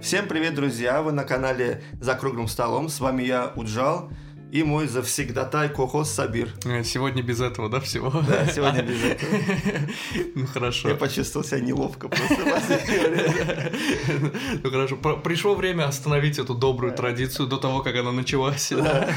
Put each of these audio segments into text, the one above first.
Всем привет, друзья! Вы на канале «За круглым столом». С вами я, Уджал, и мой завсегдатай ко-хост Сабир. Сегодня без этого, да, всего? Да, сегодня без этого. Ну, хорошо. Я почувствовал себя неловко просто. Ну, хорошо. Пришло время остановить эту добрую традицию до того, как она началась.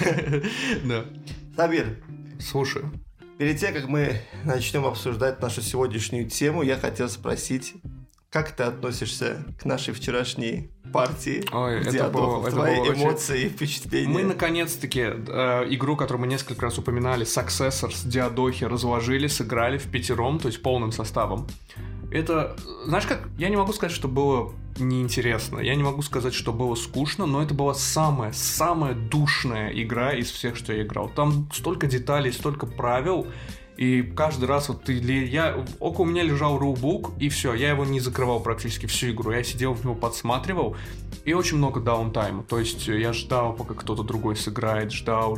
Да. Сабир. Слушаю. Перед тем, как мы начнем обсуждать нашу сегодняшнюю тему, я хотел спросить, как ты относишься к нашей вчерашней партии? Ой, это было твои эмоции и впечатления. Мы, наконец-таки, игру, которую мы несколько раз упоминали, Successors, Диадохи, разложили, сыграли впятером, то есть полным составом. Это, знаешь как, я не могу сказать, что было неинтересно, я не могу сказать, что было скучно, но это была самая душная игра из всех, что я играл. Там столько деталей, столько правил, и каждый раз вот около меня лежал рулбук, и все, я его не закрывал практически всю игру, я сидел в него, подсматривал, и очень много даунтайма, то есть я ждал, пока кто-то другой сыграет, ждал,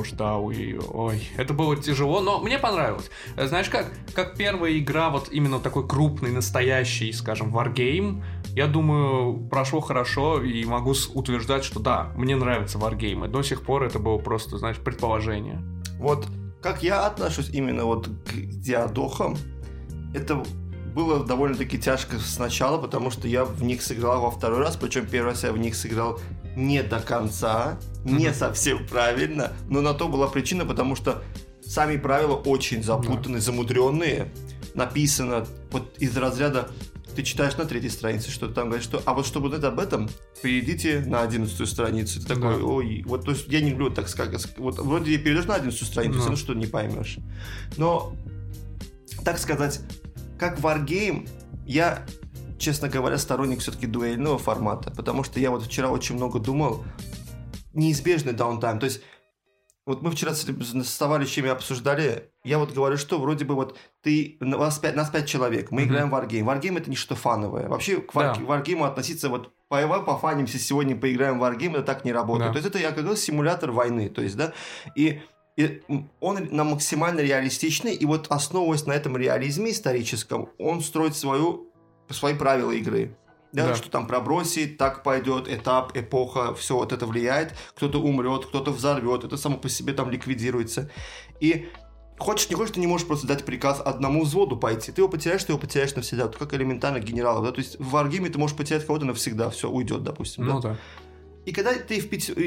и ой, это было тяжело, но мне понравилось. Знаешь как первая игра, вот именно такой крупный, настоящий, скажем, Wargame, я думаю, прошло хорошо, и могу утверждать, что да, мне нравятся Wargame, до сих пор это было просто, знаешь, предположение. Вот как я отношусь именно вот к диадохам, это было довольно-таки тяжко сначала, потому что я в них сыграл во второй раз, причем первый раз я в них сыграл не до конца, не совсем правильно, но на то была причина, потому что сами правила очень запутанные, замудренные, написано вот из разряда ты читаешь на 3-й странице, что там говорит, что а вот чтобы узнать об этом, перейдите на 11-ю страницу. Ты такой, ой, вот, то есть я не люблю так сказать, вот вроде перейдешь на 11-ю страницу, все равно что не поймешь. Но, так сказать, как Wargame, я, честно говоря, сторонник все-таки дуэльного формата, потому что я вот вчера очень много думал, неизбежный даунтайм, то есть вот мы вчера с товарищами обсуждали, я вот говорю, что вроде бы вот нас 5 человек, мы играем в Wargame. Wargame это не что фановое. Вообще к Wargame относиться вот пофанимся сегодня, поиграем в Wargame, это так не работает. То есть это, я как говорил, симулятор войны. То есть, да, и он максимально реалистичный, и вот основываясь на этом реализме историческом, он строит свои правила игры. Да, что там пробросить, так пойдет, этап, эпоха, все вот это влияет. Кто-то умрет, кто-то взорвет, это само по себе там ликвидируется. И хочешь, не хочешь, ты не можешь просто дать приказ одному взводу пойти. Ты его потеряешь навсегда. Вот как элементарно генералов. Да? То есть в Wargame ты можешь потерять кого-то навсегда, все, уйдет, допустим. Ну да. И когда ты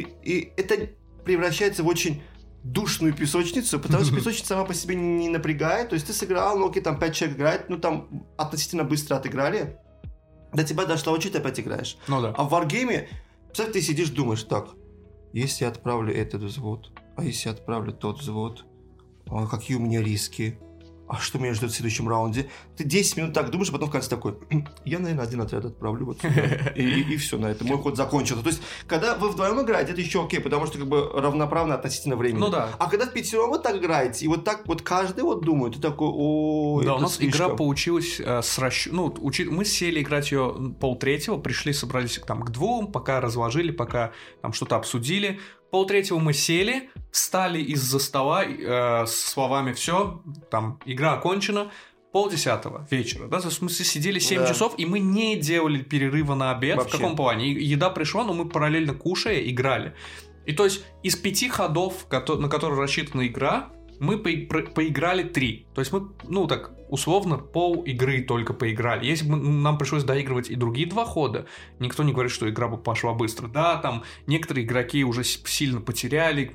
и это превращается в очень душную песочницу, потому что песочница сама по себе не напрягает. То есть ты сыграл, ну окей, там 5 человек играет, ну там относительно быстро отыграли. До тебя дошло, ты опять играешь. Ну да. А в Wargame, представь, ты сидишь, думаешь, так, если я отправлю этот взвод, а если я отправлю тот взвод, а какие у меня риски, а что меня ждет в следующем раунде? Ты 10 минут так думаешь, а потом в конце такой, я, наверное, один отряд отправлю вот сюда. И все на этом. Мой ход закончился. То есть, когда вы вдвоем играете, это еще окей, потому что как бы равноправно относительно времени. Ну да. А когда в пятером вот так играете, и вот так вот каждый вот думает, ты такой, о, да, это у нас слишком. игра получилась с расчетом. Мы сели играть ее 2:30, пришли, собрались там к 2, пока разложили, пока там что-то обсудили. 2:30 мы сели, встали из-за стола с словами «все, там, игра окончена». 9:30 вечера, да, то есть мы сидели 7 часов, и мы не делали перерыва на обед. Вообще. В каком плане? Еда пришла, но мы параллельно кушая играли. И то есть из 5 ходов, на которые рассчитана игра, мы поиграли 3. То есть мы, условно, пол игры только поиграли. Если бы нам пришлось доигрывать и другие 2 хода, никто не говорит, что игра бы пошла быстро. Да, там некоторые игроки уже сильно потеряли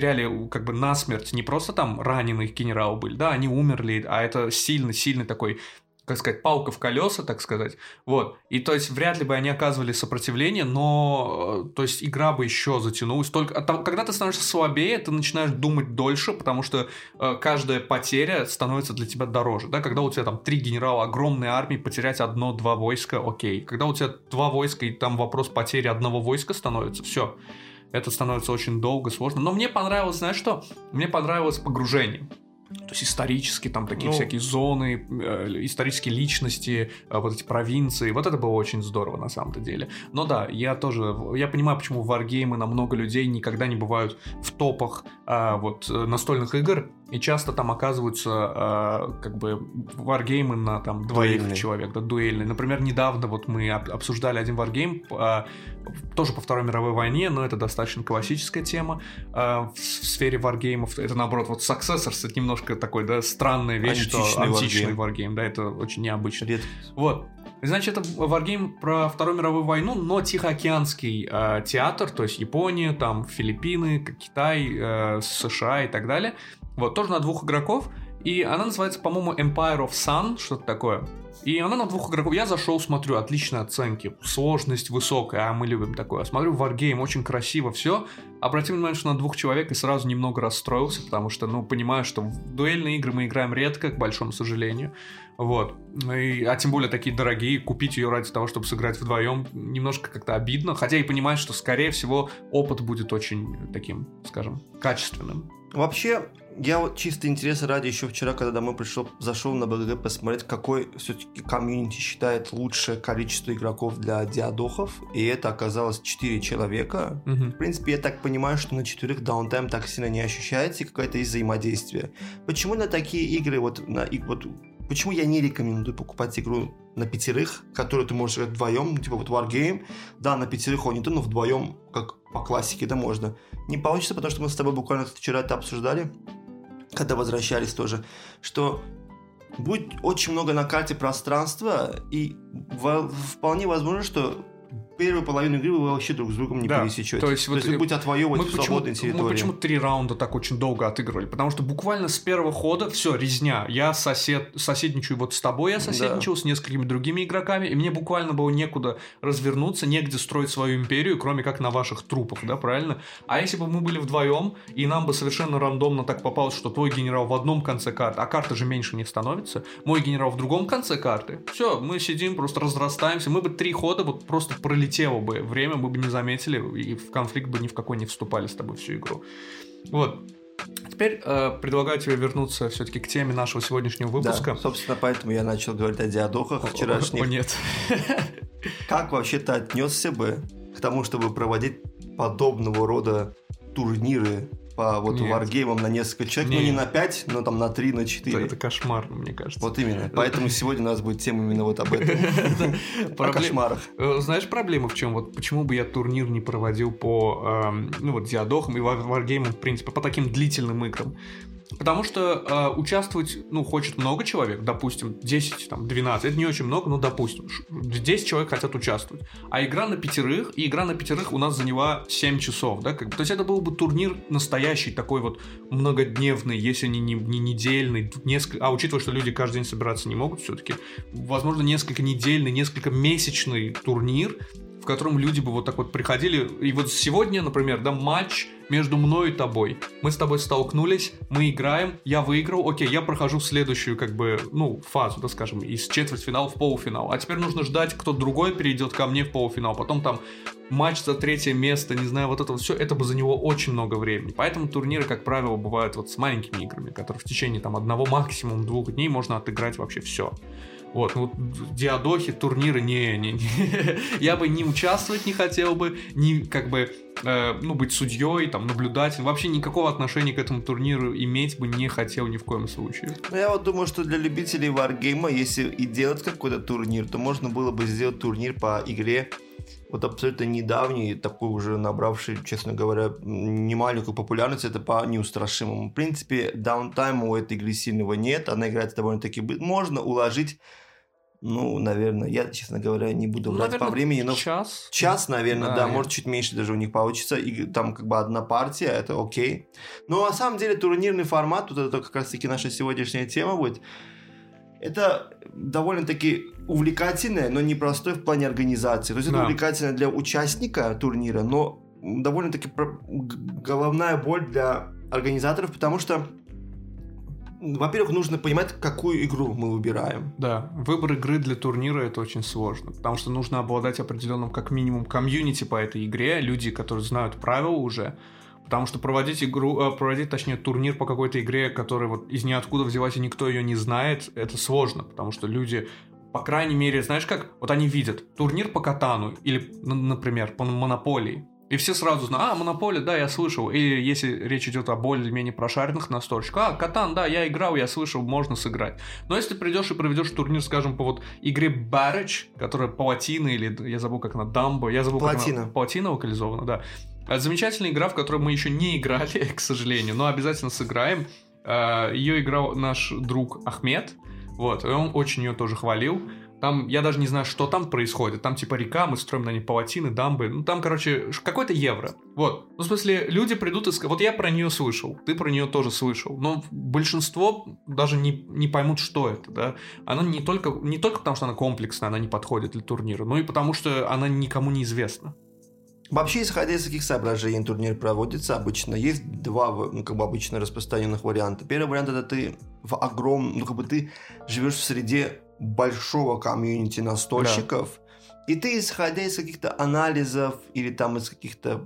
как бы насмерть. Не просто там раненые генералы были, да, они умерли, а это сильный такой, как сказать, палка в колеса, так сказать. Вот. И то есть вряд ли бы они оказывали сопротивление, но то есть игра бы еще затянулась. Только когда ты становишься слабее, ты начинаешь думать дольше, потому что каждая потеря становится для тебя дороже. Да? Когда у тебя там 3 генерала, огромной армии, потерять 1-2 войска, окей. Когда у тебя 2 войска, и там вопрос потери 1 войска становится, все. Это становится очень долго, сложно. Но мне понравилось, знаешь что? Мне понравилось погружение. То есть исторически там такие всякие зоны, исторические личности, вот эти провинции. Вот это было очень здорово на самом-то деле. Но да, я понимаю, почему варгеймы на много людей никогда не бывают в топах настольных игр. и часто там оказываются как бы варгеймы на там двоих человек, да, дуэльные. Например, недавно вот мы обсуждали один варгейм, тоже по Второй мировой войне, но это достаточно классическая тема в сфере варгеймов. Это, наоборот, вот Successors, это немножко такой, да, странная вещь, античный варгейм, да, это очень необычно. Вот. Значит, это варгейм про Вторую мировую войну, но Тихоокеанский театр, то есть Япония, там Филиппины, Китай, США и так далее. Вот, тоже на 2 игроков. И она называется, по-моему, Empire of Sun, что-то такое. И она на 2 игроков. Я зашел, смотрю, отличные оценки, сложность высокая, а мы любим такое. Смотрю, варгейм, очень красиво все. Обратил внимание, что на 2 человек и сразу немного расстроился, потому что, понимаю, что в дуэльные игры мы играем редко, к большому сожалению. Вот. А тем более такие дорогие, купить ее ради того, чтобы сыграть вдвоем, немножко как-то обидно. Хотя и понимаешь, что, скорее всего, опыт будет очень таким, скажем, качественным. Вообще, я вот чисто интереса ради еще вчера, когда домой зашел на БГГ посмотреть, какой все-таки комьюнити считает лучшее количество игроков для диадохов, и это оказалось 4 человека. В принципе, я так понимаю, что на 4 даунтайм так сильно не ощущается, и какое-то есть взаимодействие. Почему на такие игры, почему я не рекомендую покупать игру на 5, которую ты можешь играть вдвоем, типа вот Wargame, да, на 5 он не то, но вдвоем, как по классике, да, можно. Не получится, потому что мы с тобой буквально вчера это обсуждали, когда возвращались тоже, что будет очень много на карте пространства, и вполне возможно, что первую половину игры вы вообще друг с другом не пересечете. То есть вы будете отвоевывать в свободной территории. Мы почему 3 раунда так очень долго отыгрывали? Потому что буквально с первого хода все, резня. Я соседничаю вот с тобой, я соседничал с несколькими другими игроками, и мне буквально было некуда развернуться, негде строить свою империю, кроме как на ваших трупах, да, правильно? А если бы мы были вдвоем, и нам бы совершенно рандомно так попалось, что твой генерал в одном конце карты, а карта же меньше не становится, мой генерал в другом конце карты, все, мы сидим, просто разрастаемся, мы бы 3 хода вот просто пролетело бы время, мы бы не заметили, и в конфликт бы ни в какой не вступали с тобой всю игру. Вот. Теперь предлагаю тебе вернуться все-таки к теме нашего сегодняшнего выпуска. Да, собственно, поэтому я начал говорить о диадохах вчерашних. О, нет. Как вообще ты отнесся бы к тому, чтобы проводить подобного рода турниры по вот варгеймам на несколько человек, не на 5, но там на 3, на 4. Это кошмарно, мне кажется. Вот именно. Поэтому сегодня у нас будет тема именно вот об этом. О кошмарах. Знаешь, проблема в чем? Вот почему бы я турнир не проводил по диадохам и варгеймам, в принципе, по таким длительным играм? Потому что участвовать, хочет много человек, допустим, 10, 12, это не очень много, но допустим, 10 человек хотят участвовать. А игра на 5, и игра на 5 у нас заняла 7 часов, да, то есть это был бы турнир настоящий, такой вот многодневный, если не недельный, а учитывая, что люди каждый день собираться не могут все-таки, возможно, несколько недельный, несколько месячный турнир, в котором люди бы вот так вот приходили. И вот сегодня, например, да, матч между мной и тобой. Мы с тобой столкнулись, мы играем, я выиграл, окей, я прохожу в следующую, фазу, да, скажем, из четвертьфинала в полуфинал. А теперь нужно ждать, кто другой перейдет ко мне в полуфинал. Потом там матч за 3 место, не знаю, вот это вот все, это бы за него очень много времени. Поэтому турниры, как правило, бывают вот с маленькими играми, которые в течение там 1, максимум 2 дней можно отыграть вообще все. Вот, диадохи, турниры, не. Я бы не участвовать не хотел бы, ни быть судьей, наблюдателем. Вообще никакого отношения к этому турниру иметь бы не хотел ни в коем случае. Я вот думаю, что для любителей варгейма, если и делать какой-то турнир, то можно было бы сделать турнир по игре вот абсолютно недавний, такой уже набравший, честно говоря, немаленькую популярность, это по неустрашимому. В принципе, даунтайма у этой игры сильного нет, она играется довольно-таки быстро. Можно уложить, наверное, я, честно говоря, не буду брать по времени, но час, наверное, да, может чуть меньше даже у них получится, и там одна партия, это окей. Но на самом деле турнирный формат, вот это как раз-таки наша сегодняшняя тема будет, это довольно-таки увлекательное, но непростой в плане организации. То есть это увлекательно для участника турнира, но довольно-таки головная боль для организаторов, потому что, во-первых, нужно понимать, какую игру мы выбираем. Да, выбор игры для турнира — это очень сложно, потому что нужно обладать определенным, как минимум, комьюнити по этой игре, люди, которые знают правила уже. Потому что проводить турнир по какой-то игре, которая вот из ниоткуда взялась и никто ее не знает, это сложно, потому что люди, по крайней мере, знаешь как, вот они видят турнир по Катану или, например, по Монополии, И все сразу знают, Монополия, да, я слышал. И если речь идет о более-менее прошаренных настольщиках, Катан, да, я играл, я слышал, можно сыграть. Но если ты придешь и проведешь турнир, скажем, по вот игре Barrage, которая Палатина, или я забыл, как она, Дамбо, я забыл, Палатина. как она, Палатина локализована, да. Замечательная игра, в которой мы еще не играли, к сожалению, но обязательно сыграем. Ее играл наш друг Ахмед, вот, и он очень ее тоже хвалил. Там, я даже не знаю, что там происходит. Там типа река, мы строим на ней палатины, дамбы. Ну, там, короче, какой-то евро. Вот. Ну, в смысле, люди придут и скажут... Вот я про нее слышал, ты про нее тоже слышал. Но большинство даже не поймут, что это, да. Она не только потому, что она комплексная, она не подходит для турнира, но и потому, что она никому не известна. Вообще, исходя из каких соображений турнир проводится обычно, есть два, обычно распространенных варианта. Первый вариант — это ты в огромном... ты живешь в среде большого комьюнити настольщиков, да. И ты, исходя из каких-то анализов или там из каких-то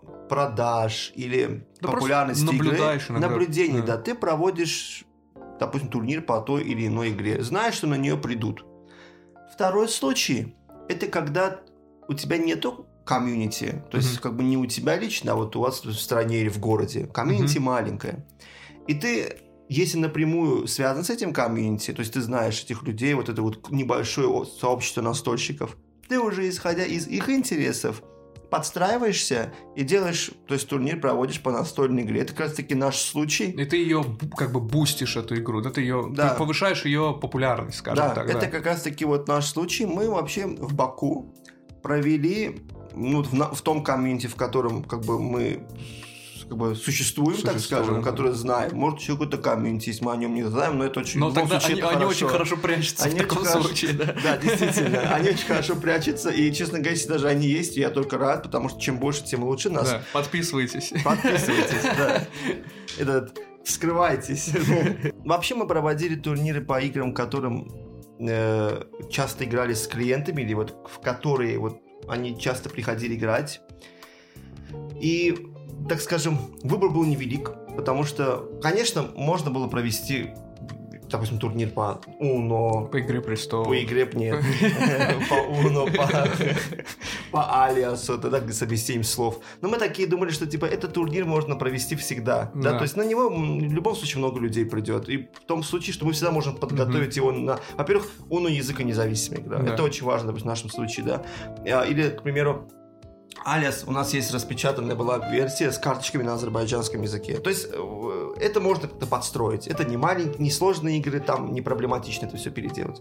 продаж или популярности игры, наблюдений, да, ты проводишь, допустим, турнир по той или иной игре, знаешь, что на нее придут. Второй случай — это когда у тебя нету комьюнити, то есть не у тебя лично, а вот у вас в стране или в городе. Комьюнити маленькое. И ты, если напрямую связан с этим комьюнити, то есть ты знаешь этих людей, вот это вот небольшое сообщество настольщиков, ты уже, исходя из их интересов, подстраиваешься и делаешь, то есть турнир проводишь по настольной игре. Это как раз таки наш случай. И ты ее бустишь, эту игру, да, ты повышаешь ее популярность, скажем так. Это как раз таки вот наш случай. Мы вообще в Баку провели, в том комьюнити, в котором мы существуем, так скажем, который знаем. Может, еще какой-то комьюнити есть, мы о нем не знаем, но это очень... Но тогда они очень хорошо прячутся в таком случае, да. Да, действительно, они очень хорошо прячутся, и, честно говоря, если даже они есть, я только рад, потому что чем больше, тем лучше нас. Да, подписывайтесь. Да. Вскрывайтесь. Вообще мы проводили турниры по играм, которым часто играли с клиентами, или вот в которые вот они часто приходили играть. И, так скажем, выбор был невелик, потому что, конечно, можно было провести, допустим, турнир по Uno. По Игре Престолов. По Игре, нет. По Uno, по Алиасу, тогда с 7 слов. Но мы такие думали, что, этот турнир можно провести всегда. Да, то есть на него в любом случае много людей придет. И в том случае, что мы всегда можем подготовить его на... Во-первых, Uno языконезависимая игра. Это очень важно в нашем случае, да. Или, к примеру, Алиас, у нас есть распечатанная была версия с карточками на азербайджанском языке. То есть это можно как-то подстроить. Это не маленькие, не сложные игры, там не проблематично это все переделать.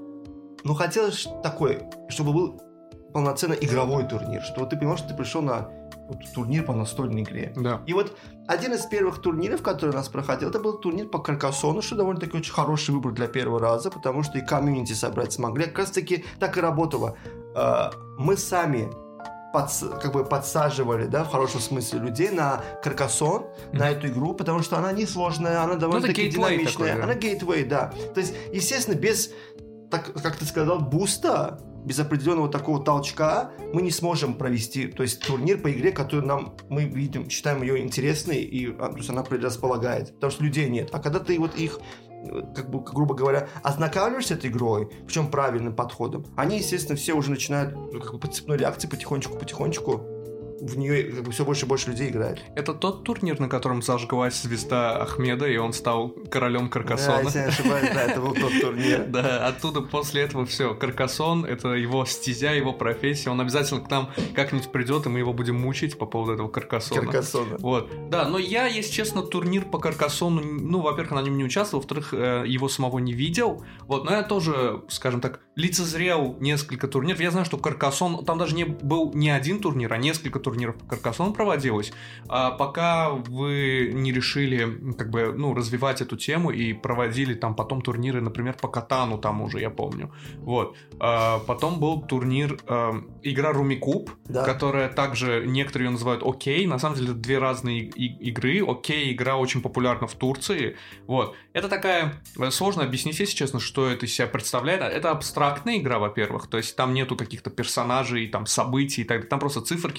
Но хотелось такое, чтобы был полноценно игровой турнир, чтобы ты понимал, что ты пришел на турнир по настольной игре. Да. И вот один из первых турниров, который у нас проходил, это был турнир по Каркасону, что довольно-таки очень хороший выбор для первого раза, потому что и комьюнити собрать смогли. Как раз-таки так и работало. Мы сами подсаживали, да, в хорошем смысле, людей на Каркасон, на эту игру, потому что она несложная, она довольно-таки динамичная. Такой, да. Она гейтвей, да. То есть, естественно, без, как ты сказал, буста, без определенного такого толчка мы не сможем провести, то есть, турнир по игре, которую мы видим, считаем ее интересной, и то есть она предрасполагает, потому что людей нет. А когда ты вот их, грубо говоря, ознакомишься с этой игрой, причем правильным подходом, они, естественно, все уже начинают по цепной реакции потихонечку в нее все больше и больше людей играет. Это тот турнир, на котором зажглась звезда Ахмеда, и он стал королем Каркасона. Да, если я не ошибаюсь, да, это был тот турнир. Да, оттуда после этого все. Каркасон — это его стезя, его профессия. Он обязательно к нам как-нибудь придет, и мы его будем мучить по поводу этого Каркасона. Вот. Да, но я, если честно, турнир по Каркасону, во-первых, на нем не участвовал, во-вторых, его самого не видел. Вот, но я тоже, скажем так, лицезрел несколько турниров. Я знаю, что Каркасон, там даже не был не один турнир, а несколько турниров по Каркасону проводилось, пока вы не решили развивать эту тему и проводили там потом турниры, например, по Катану тому же, я помню. Вот. Потом был турнир игра Румикуб, да, которая также некоторые ее называют Окей. На самом деле, две разные игры. Окей, игра очень популярна в Турции. Вот. Это такая... Сложно объяснить, если честно, что это из себя представляет. Это абстрактная игра, во-первых. То есть там нету каких-то персонажей, там событий и так далее. Там просто циферки, как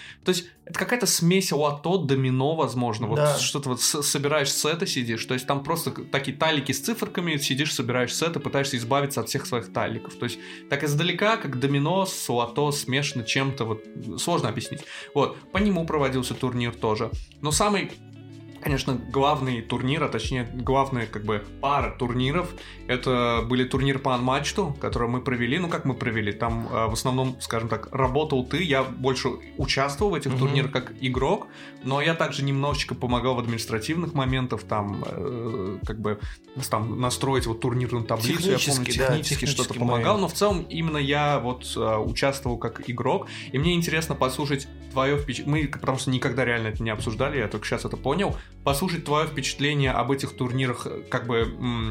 То есть это какая-то смесь лото, домино, возможно. Вот Да. что-то вот собираешь сеты, сидишь. То есть там просто такие талики с циферками, сидишь, собираешь сеты, пытаешься избавиться от всех своих таликов. То есть так издалека, как домино с лото смешано чем-то, вот сложно объяснить. Вот, по нему проводился турнир тоже. Но самый, конечно, главный турнир, а точнее главная как бы пара турниров, это были турнир по анматчу, который мы провели. Ну как мы провели? Там в основном, скажем так, работал ты, я больше участвовал в этих турнирах как игрок, но я также немножечко помогал в административных моментах, там как бы там настроить вот турнирную таблицу, я помню, технически что-то помогал, но в целом именно я вот участвовал как игрок, и мне интересно послушать твое впечатление, мы потому что никогда реально это не обсуждали, я только сейчас это понял, послушать твое впечатление об этих турнирах как бы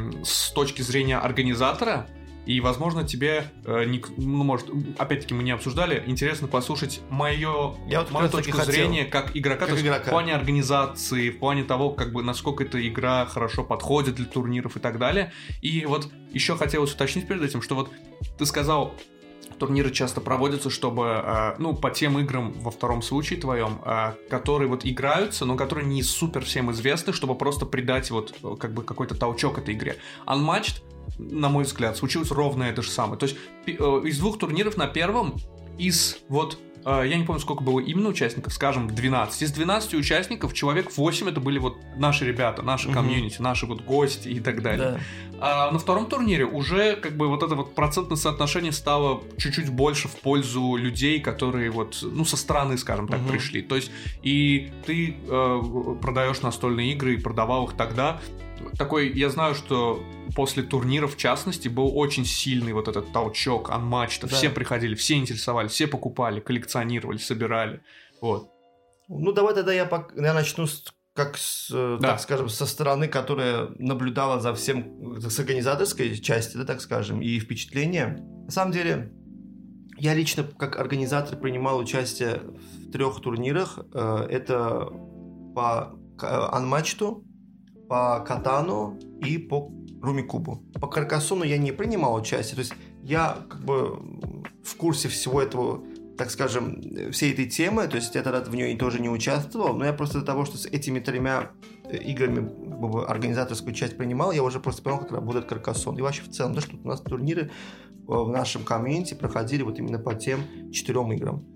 с точки зрения организатора, и, возможно, тебе, ну, может, опять-таки мы не обсуждали, интересно послушать мою точку зрения как игрока, то есть в плане организации, в плане того, как бы, насколько эта игра хорошо подходит для турниров и так далее. И вот еще хотелось уточнить перед этим, что вот ты сказал, турниры часто проводятся, чтобы, ну, по тем играм во втором случае твоем, которые вот играются, но которые не супер всем известны, чтобы просто придать вот как бы какой-то толчок этой игре. Unmatched, на мой взгляд, случилось ровно это же самое. То есть из 2 турниров на первом, из вот, я не помню, сколько было именно участников, скажем, 12. Из 12 участников человек 8 это были вот наши ребята, наши комьюнити, наши вот гости и так далее. Да. А на втором турнире уже как бы вот это вот процентное соотношение стало чуть-чуть больше в пользу людей, которые вот, ну, со стороны, скажем так, пришли. То есть и ты продаешь настольные игры и продавал их тогда. Такой, я знаю, что после турниров, в частности, был очень сильный вот этот толчок Unmatched. Да. Все приходили, все интересовались, все покупали, коллекционировали, собирали. Вот. Ну, давай тогда я начну так скажем, со стороны, которая наблюдала за всем, с организаторской части, да, так скажем, и впечатления. На самом деле, я лично, как организатор, принимал участие в 3 турнирах. Это по Unmatched, по Катану и по Румикубу. По Каркасону я не принимал участие, то есть я как бы в курсе всего этого, так скажем, всей этой темы, то есть я тогда в ней тоже не участвовал, но я просто из-за того, что с этими 3 играми как бы, организаторскую часть принимал, я уже просто понял, как работает Каркасон. И вообще в целом, да, что у нас турниры в нашем комьюнити проходили вот именно по тем 4 играм.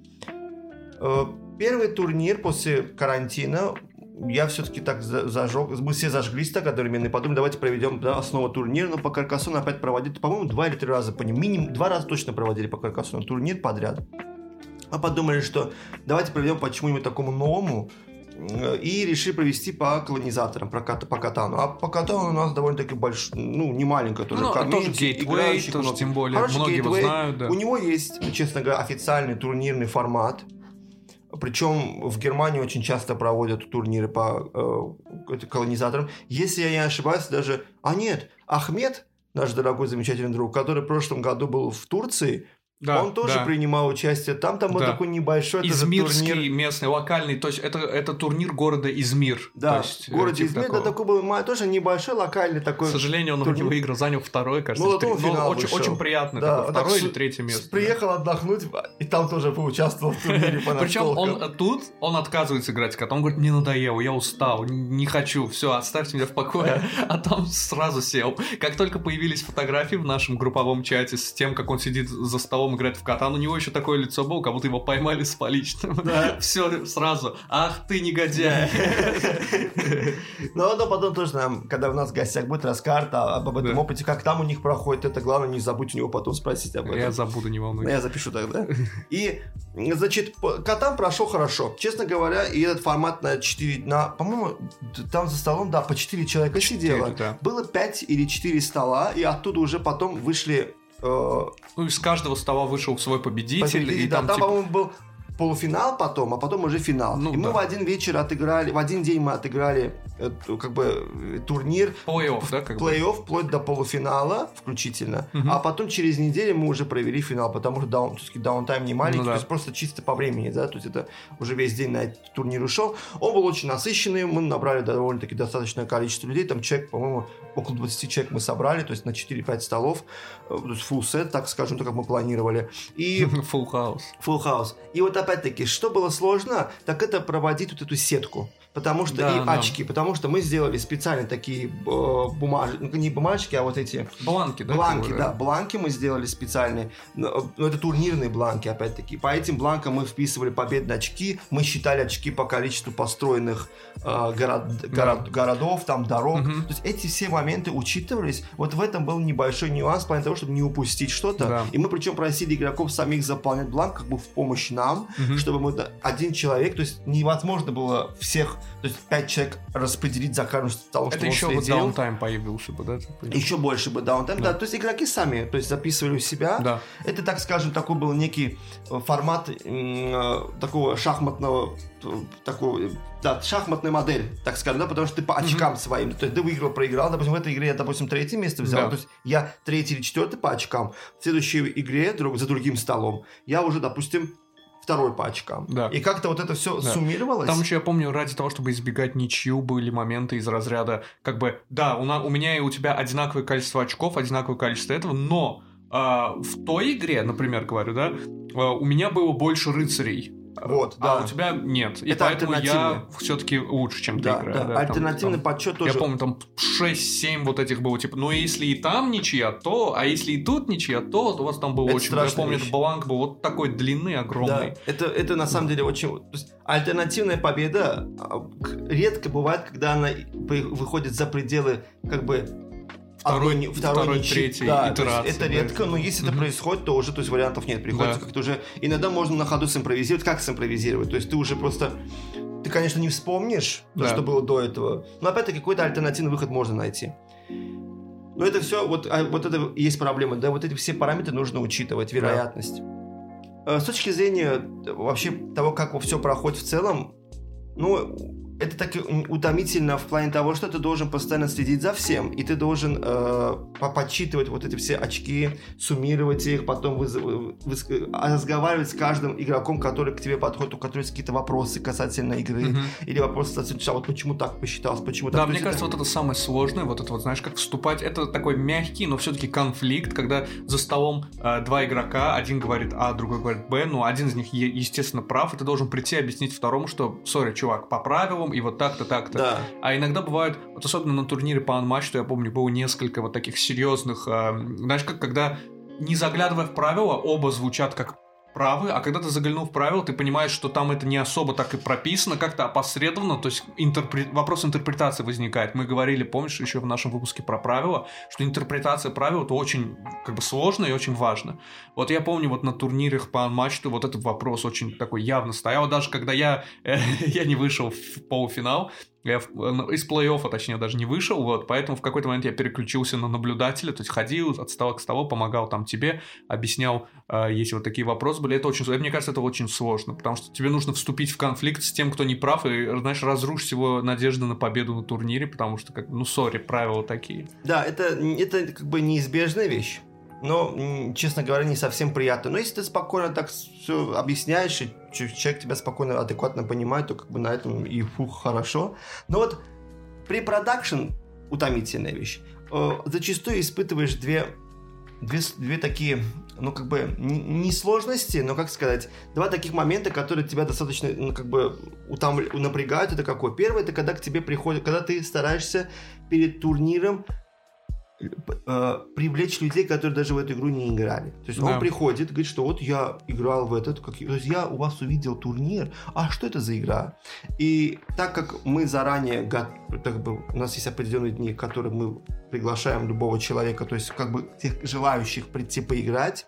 Первый турнир после карантина я все-таки так зажег, мы все зажглись так одновременно и подумали, давайте проведем, да, снова турнир, но по Каркасону опять проводить, по-моему, 2 или 3 раза, минимум 2 раза точно проводили по Каркасону турнир подряд. А подумали, что давайте проведем по чему-нибудь такому новому, и решили провести по колонизаторам, по Катану. А по Катану у нас довольно-таки большой, ну, не маленькая тоже комьюнити. Тоже гейтвей, тоже, тем более, хороший многие его знают, да. У него есть, честно говоря, официальный турнирный формат. Причем в Германии очень часто проводят турниры по колонизаторам. Если я не ошибаюсь, даже... нет, Ахмед, наш дорогой, замечательный друг, который в прошлом году был в Турции, да, он тоже принимал участие. Там был такой небольшой измирский турнир. Местный, локальный. То есть это турнир города Измир. Да, в городе Измир. Такого. Да, такой был тоже небольшой, локальный такой. К сожалению, он не выиграл, занял 2-й, кажется. Очень приятно. Да, 2-й или 3-е место. Приехал отдохнуть, и там тоже поучаствовал в турнире по настолкам. Причем он отказывается играть в кота. Он говорит, мне надоело, я устал, не хочу, все, оставьте меня в покое. А там сразу сел. Как только появились фотографии в нашем групповом чате с тем, как он сидит за столом, играет в Катан, у него еще такое лицо было, как будто его поймали с поличным. Да. Все сразу. Ах ты негодяй. Ну, а потом тоже нам, когда у нас в гостях будет рассказ об этом опыте, как там у них проходит, это главное не забудь у него потом спросить об этом. Я забуду, не волнуйся. Я запишу тогда. И, значит, Катан прошел хорошо. Честно говоря, и этот формат на 4, по-моему, там за столом, да, по 4 человека сидело. Да. Было 5 или 4 стола, и оттуда уже потом вышли... Ну, из каждого стола вышел свой победитель. И да, там по-моему, был полуфинал потом, а потом уже финал. Ну, и мы в один день мы отыграли как бы турнир. Плей-офф, да? Плей-офф, вплоть до полуфинала включительно. А потом через неделю мы уже провели финал, потому что даунтайм не маленький, то есть просто чисто по времени, да, то есть это уже весь день на этот турнир ушел. Он был очень насыщенный, мы набрали довольно-таки достаточное количество людей, там человек, по-моему, около 20 человек мы собрали, то есть на 4-5 столов, full set, так скажем, так как мы планировали. И... Full house. И вот опять опять-таки, что было сложно, так это проводить вот эту сетку. Потому что очки, потому что мы сделали специально такие не бумажки, а вот эти... Бланки, да? Бланки мы сделали специальные. Но это турнирные бланки, опять-таки. По этим бланкам мы вписывали победные очки, мы считали очки по количеству построенных городов, там, дорог. То есть эти все моменты учитывались. Вот в этом был небольшой нюанс, в плане того, чтобы не упустить что-то. Да. И мы причем просили игроков самих заполнять бланк, как бы в помощь нам, чтобы мы один человек, то есть невозможно было всех, то есть 5 человек распределить за каждым столом, это еще бы даунтайм появился бы, да? Еще больше бы даунтайм, да. То есть игроки сами, то есть записывали у себя. Да. Это, так скажем, такой был некий формат такого шахматного, шахматная модель, так скажем, да, потому что ты по очкам своим, то есть ты выиграл, проиграл, допустим, в этой игре я, допустим, 3-е место взял, то есть я 3-й или 4-й по очкам, в следующей игре за другим столом я уже, допустим, 2-й по очкам. Да. И как-то вот это все суммировалось. Там еще, я помню, ради того, чтобы избегать ничью, были моменты из разряда, как бы, да, у меня и у тебя одинаковое количество очков, одинаковое количество этого, но в той игре, например, говорю, да, у меня было больше рыцарей. Вот, да. А у тебя нет. И это поэтому я все-таки лучше, чем ты играешь. Да. Альтернативный подсчет тоже. Я помню, там 6-7 вот этих было, типа, ну если и там ничья, то, а если и тут ничья, то у вас там было это очень... Я помню, этот бланк был вот такой длины, огромный. Да. Это на самом деле очень... То есть, альтернативная победа редко бывает, когда она выходит за пределы, как бы... Второй, третий итерации. Это редко, но если это происходит, то уже, то есть, вариантов нет. Приходится как-то уже... Иногда можно на ходу симпровизировать. Как симпровизировать? То есть ты уже просто... Ты, конечно, не вспомнишь то, что было до этого, но опять-таки какой-то альтернативный выход можно найти. Но это все, вот это и есть проблема. Да, вот эти все параметры нужно учитывать, вероятность. С точки зрения вообще того, как все проходит в целом, ну... Это так утомительно в плане того, что ты должен постоянно следить за всем, и ты должен подсчитывать вот эти все очки, суммировать их, потом разговаривать с каждым игроком, который к тебе подходит, у которого есть какие-то вопросы касательно игры, или вопросы касательно, вот почему так посчиталось, почему так. Да, мне кажется, вот это самое сложное, вот это вот, знаешь, как вступать, это такой мягкий, но все-таки конфликт, когда за столом 2 игрока, один говорит А, другой говорит Б, но один из них, естественно, прав, и ты должен прийти и объяснить второму, что, сори, чувак, по правилам, и вот так-то, так-то. Да. А иногда бывает, вот особенно на турнире по Unmatched, что я помню, было несколько вот таких серьезных, знаешь, как когда, не заглядывая в правила, оба звучат как правы, а когда ты заглянул в правила, ты понимаешь, что там это не особо так и прописано, как-то опосредованно, то есть вопрос интерпретации возникает. Мы говорили, помнишь, еще в нашем выпуске про правила, что интерпретация правил — это очень как бы сложно и очень важно. Вот я помню, вот на турнирах по Unmatched вот этот вопрос очень такой явно стоял, даже когда я не вышел в полуфинал, я из плей-оффа, точнее, даже не вышел, вот, поэтому в какой-то момент я переключился на наблюдателя, то есть ходил от стола к столу, помогал там тебе, объяснял, если вот такие вопросы были. Это очень, мне кажется, это очень сложно, потому что тебе нужно вступить в конфликт с тем, кто не прав, и, знаешь, разрушить его надежды на победу на турнире, потому что, правила такие. Да, это как бы неизбежная вещь. Но, честно говоря, не совсем приятно. Но если ты спокойно так все объясняешь, и человек тебя спокойно, адекватно понимает, то как бы на этом и хорошо. Но вот при продакшн утомительная вещь. Зачастую испытываешь две такие, ну как бы не сложности, но как сказать, 2 таких момента, которые тебя достаточно, ну как бы напрягают. Это какой? Первый, это когда к тебе приходит, когда ты стараешься перед турниром привлечь людей, которые даже в эту игру не играли. То есть он приходит, говорит, что вот я играл в этот, то есть я у вас увидел турнир, а что это за игра? И так как мы заранее, как бы, у нас есть определенные дни, в которые мы приглашаем любого человека, то есть как бы тех желающих прийти поиграть,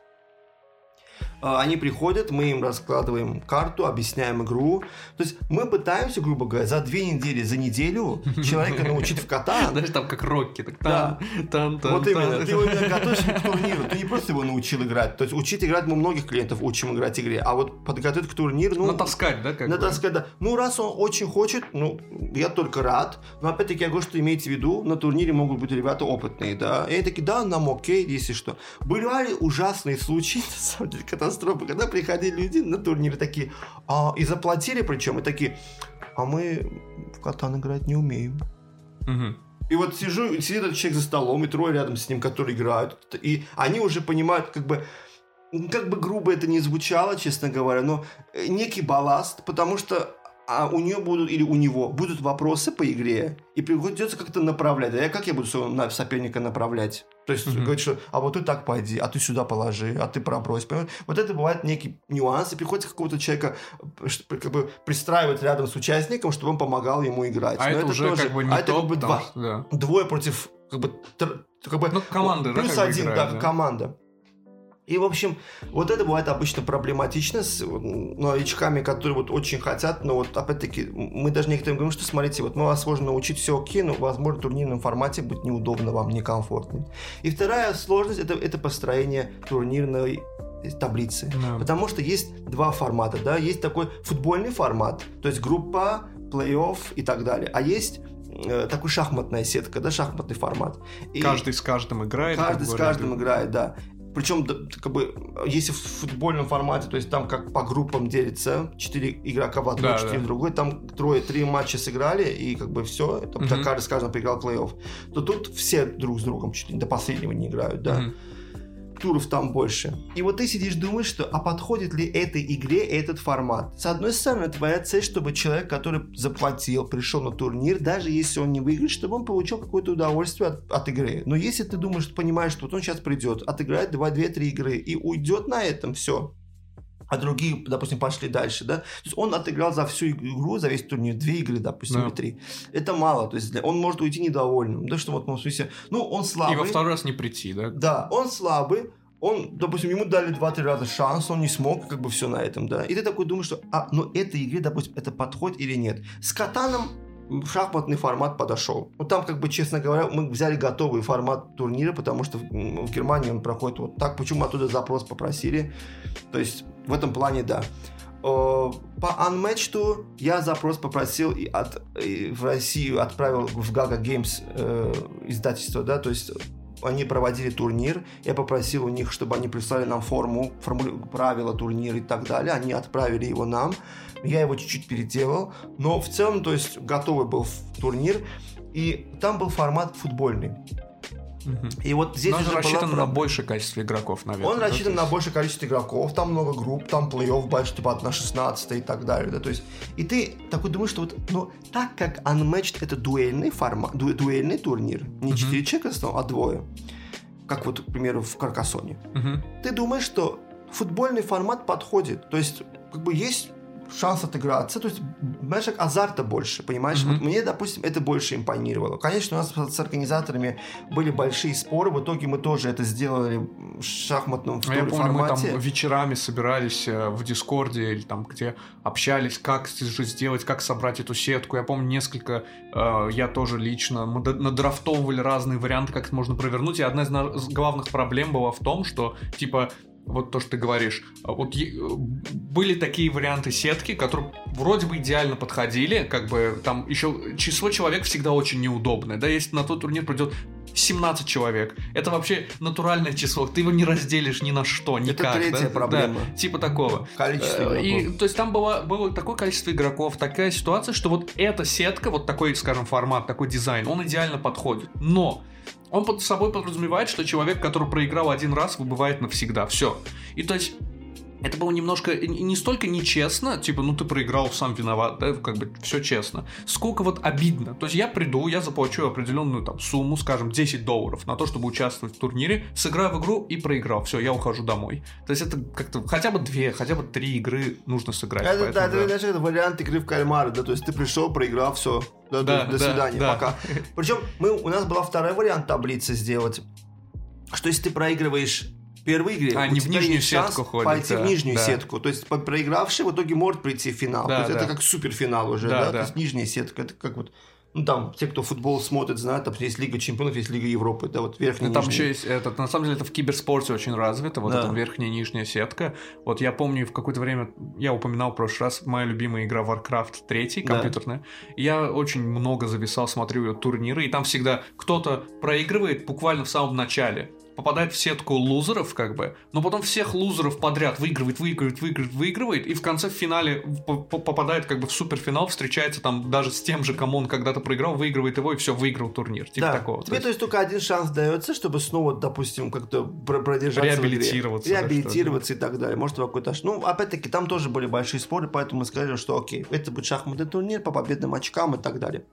они приходят, мы им раскладываем карту, объясняем игру. То есть мы пытаемся, грубо говоря, за 2 недели, за неделю человека научить в Катан. Даже там как Рокки. Да. Вот именно. Ты его именно готовишь к турниру. Ты не просто его научил играть. То есть учить играть мы многих клиентов учим играть игре. А вот подготовить к турниру... Натаскать, да? Натаскать, да. Ну, раз он очень хочет, я только рад. Но опять-таки я говорю, что имейте в виду, на турнире могут быть ребята опытные, да. И они такие, да, нам окей, если что. Бывали ужасные случаи, на самом деле, катастрофы, когда приходили люди на турниры такие, и заплатили причем, и такие, а мы в Катан играть не умеем. И вот сидит этот человек за столом, и 3 рядом с ним, которые играют, и они уже понимают, как бы, как бы грубо это не звучало, честно говоря, но некий балласт, потому что у нее будут, или у него будут вопросы по игре, и придется как-то направлять. А как я буду своего соперника направлять? То есть говорить, что а вот ты так пойди, а ты сюда положи, а ты пробрось. Понимаешь? Вот это бывает некий нюанс, и приходится какого-то человека как бы пристраивать рядом с участником, чтобы он помогал ему играть. А это уже тоже, как бы не топ, двое против команды, плюс один, играют, команда. И, в общем, вот это бывает обычно проблематично с новичками, которые вот очень хотят, но вот опять-таки мы даже некоторым говорим, что смотрите, вот мы вас сможем научить все окей, но, возможно, в турнирном формате будет неудобно вам, некомфортно. И вторая сложность это построение турнирной таблицы. Потому что есть два формата, да, есть такой футбольный формат, то есть группа, плей-офф и так далее, а есть такой шахматная сетка, да, шахматный формат. И каждый с каждым играет. Каждый с каждым играет, да. Причем, как бы, если в футбольном формате, то есть там как по группам делится, 4 игрока в одной, 4 в другой, там 3 матча сыграли, и как бы все, каждый с каждым поиграл плей-офф, то тут все друг с другом чуть ли до последнего не играют, да. Туров там больше. И вот ты сидишь, думаешь, что а подходит ли этой игре этот формат? С одной стороны, твоя цель, чтобы человек, который заплатил, пришел на турнир, даже если он не выиграет, чтобы он получил какое-то удовольствие от игры. Но если ты думаешь, понимаешь, что вот он сейчас придет, отыграет 2-3 игры и уйдет на этом, все. А другие, допустим, пошли дальше, да? То есть он отыграл за всю игру, за весь турнир 2 игры, допустим, или 3. Это мало, то есть он может уйти недовольным, да, что вот, в смысле, он слабый. И во второй раз не прийти, да? Да, он слабый, он, допустим, ему дали 2-3 раза шанс, он не смог, как бы все на этом, да? И ты такой думаешь, что, но этой игре, допустим, это подходит или нет? С Катаном шахматный формат подошел. Вот там, как бы, честно говоря, мы взяли готовый формат турнира, потому что в Германии он проходит вот так. Почему оттуда запрос попросили? То есть, в этом плане, да. По Unmatched я запрос попросил и в Россию отправил в Gaga Games издательство, да, то есть они проводили турнир, я попросил у них, чтобы они прислали нам правила турнира и так далее, они отправили его нам, я его чуть-чуть переделал, но в целом, то есть готовый был турнир, и там был формат футбольный. И вот здесь он рассчитан на большее количество игроков, наверное. Он рассчитан на большее количество игроков, там много групп, там плей-офф большой, типа на 16 и так далее, да, то есть, и ты такой думаешь, что вот, так как Unmatched это дуэльный формат, дуэльный турнир, не 4 человека, а 2, как вот, к примеру, в Каркасоне, ты думаешь, что футбольный формат подходит, то есть, как бы есть шанс отыграться, то есть, знаешь, как азарта больше, понимаешь? Вот мне, допустим, это больше импонировало. Конечно, у нас с организаторами были большие споры, в итоге мы тоже это сделали в шахматном формате. Я помню, мы там вечерами собирались в Дискорде, или там, где общались, как же сделать, как собрать эту сетку. Я помню, несколько, я тоже лично, мы надрафтовывали разные варианты, как это можно провернуть, и одна из главных проблем была в том, что, типа, вот то, что ты говоришь. Вот были такие варианты сетки, которые вроде бы идеально подходили, как бы там еще число человек всегда очень неудобное, да, если на тот турнир придет 17 человек, это вообще натуральное число, ты его не разделишь ни на что, никак. Это третья проблема. Да, типа такого. Количество игроков. И, то есть там было такое количество игроков, такая ситуация, что вот эта сетка, вот такой, скажем, формат, такой дизайн, он идеально подходит. Но он под собой подразумевает, что человек, который проиграл один раз, выбывает навсегда. Все. И то есть это было немножко не столько нечестно, типа, ты проиграл, сам виноват, да, как бы все честно, сколько вот обидно. То есть я приду, я заплачу определенную там сумму, скажем, $10 на то, чтобы участвовать в турнире, сыграю в игру и проиграл. Все, я ухожу домой. То есть это как-то хотя бы 2, хотя бы 3 игры нужно сыграть. Это вариант игры в кальмары, да, то есть ты пришел, проиграл, все. До свидания, пока. Причем у нас была второй вариант таблицы сделать, что если ты проигрываешь в первой игре, у тебя есть шанс пойти в нижнюю сетку. То есть проигравший в итоге может прийти в финал. То есть это как суперфинал уже, да? То есть нижняя сетка, это как вот, там, те, кто футбол смотрит, знают, там есть Лига Чемпионов, есть Лига Европы, да, вот верхняя, там еще есть, на самом деле, это в киберспорте очень развито, вот эта верхняя и нижняя сетка. Вот я помню, в какое-то время, я упоминал в прошлый раз, моя любимая игра Warcraft 3, компьютерная, я очень много зависал, смотрю ее турниры, и там всегда кто-то проигрывает буквально в самом начале, попадает в сетку лузеров, как бы, но потом всех лузеров подряд выигрывает, и в конце в финале попадает как бы в суперфинал, встречается там даже с тем же, кому он когда-то проиграл, выигрывает его, и все, выиграл турнир. Типа такого. Тебе, то есть, только один шанс дается, чтобы снова, допустим, как-то продержаться реабилитироваться и так далее. Может, какой-то... Ну, опять-таки, там тоже были большие споры, поэтому мы сказали, что окей, это будет шахматный турнир по победным очкам и так далее.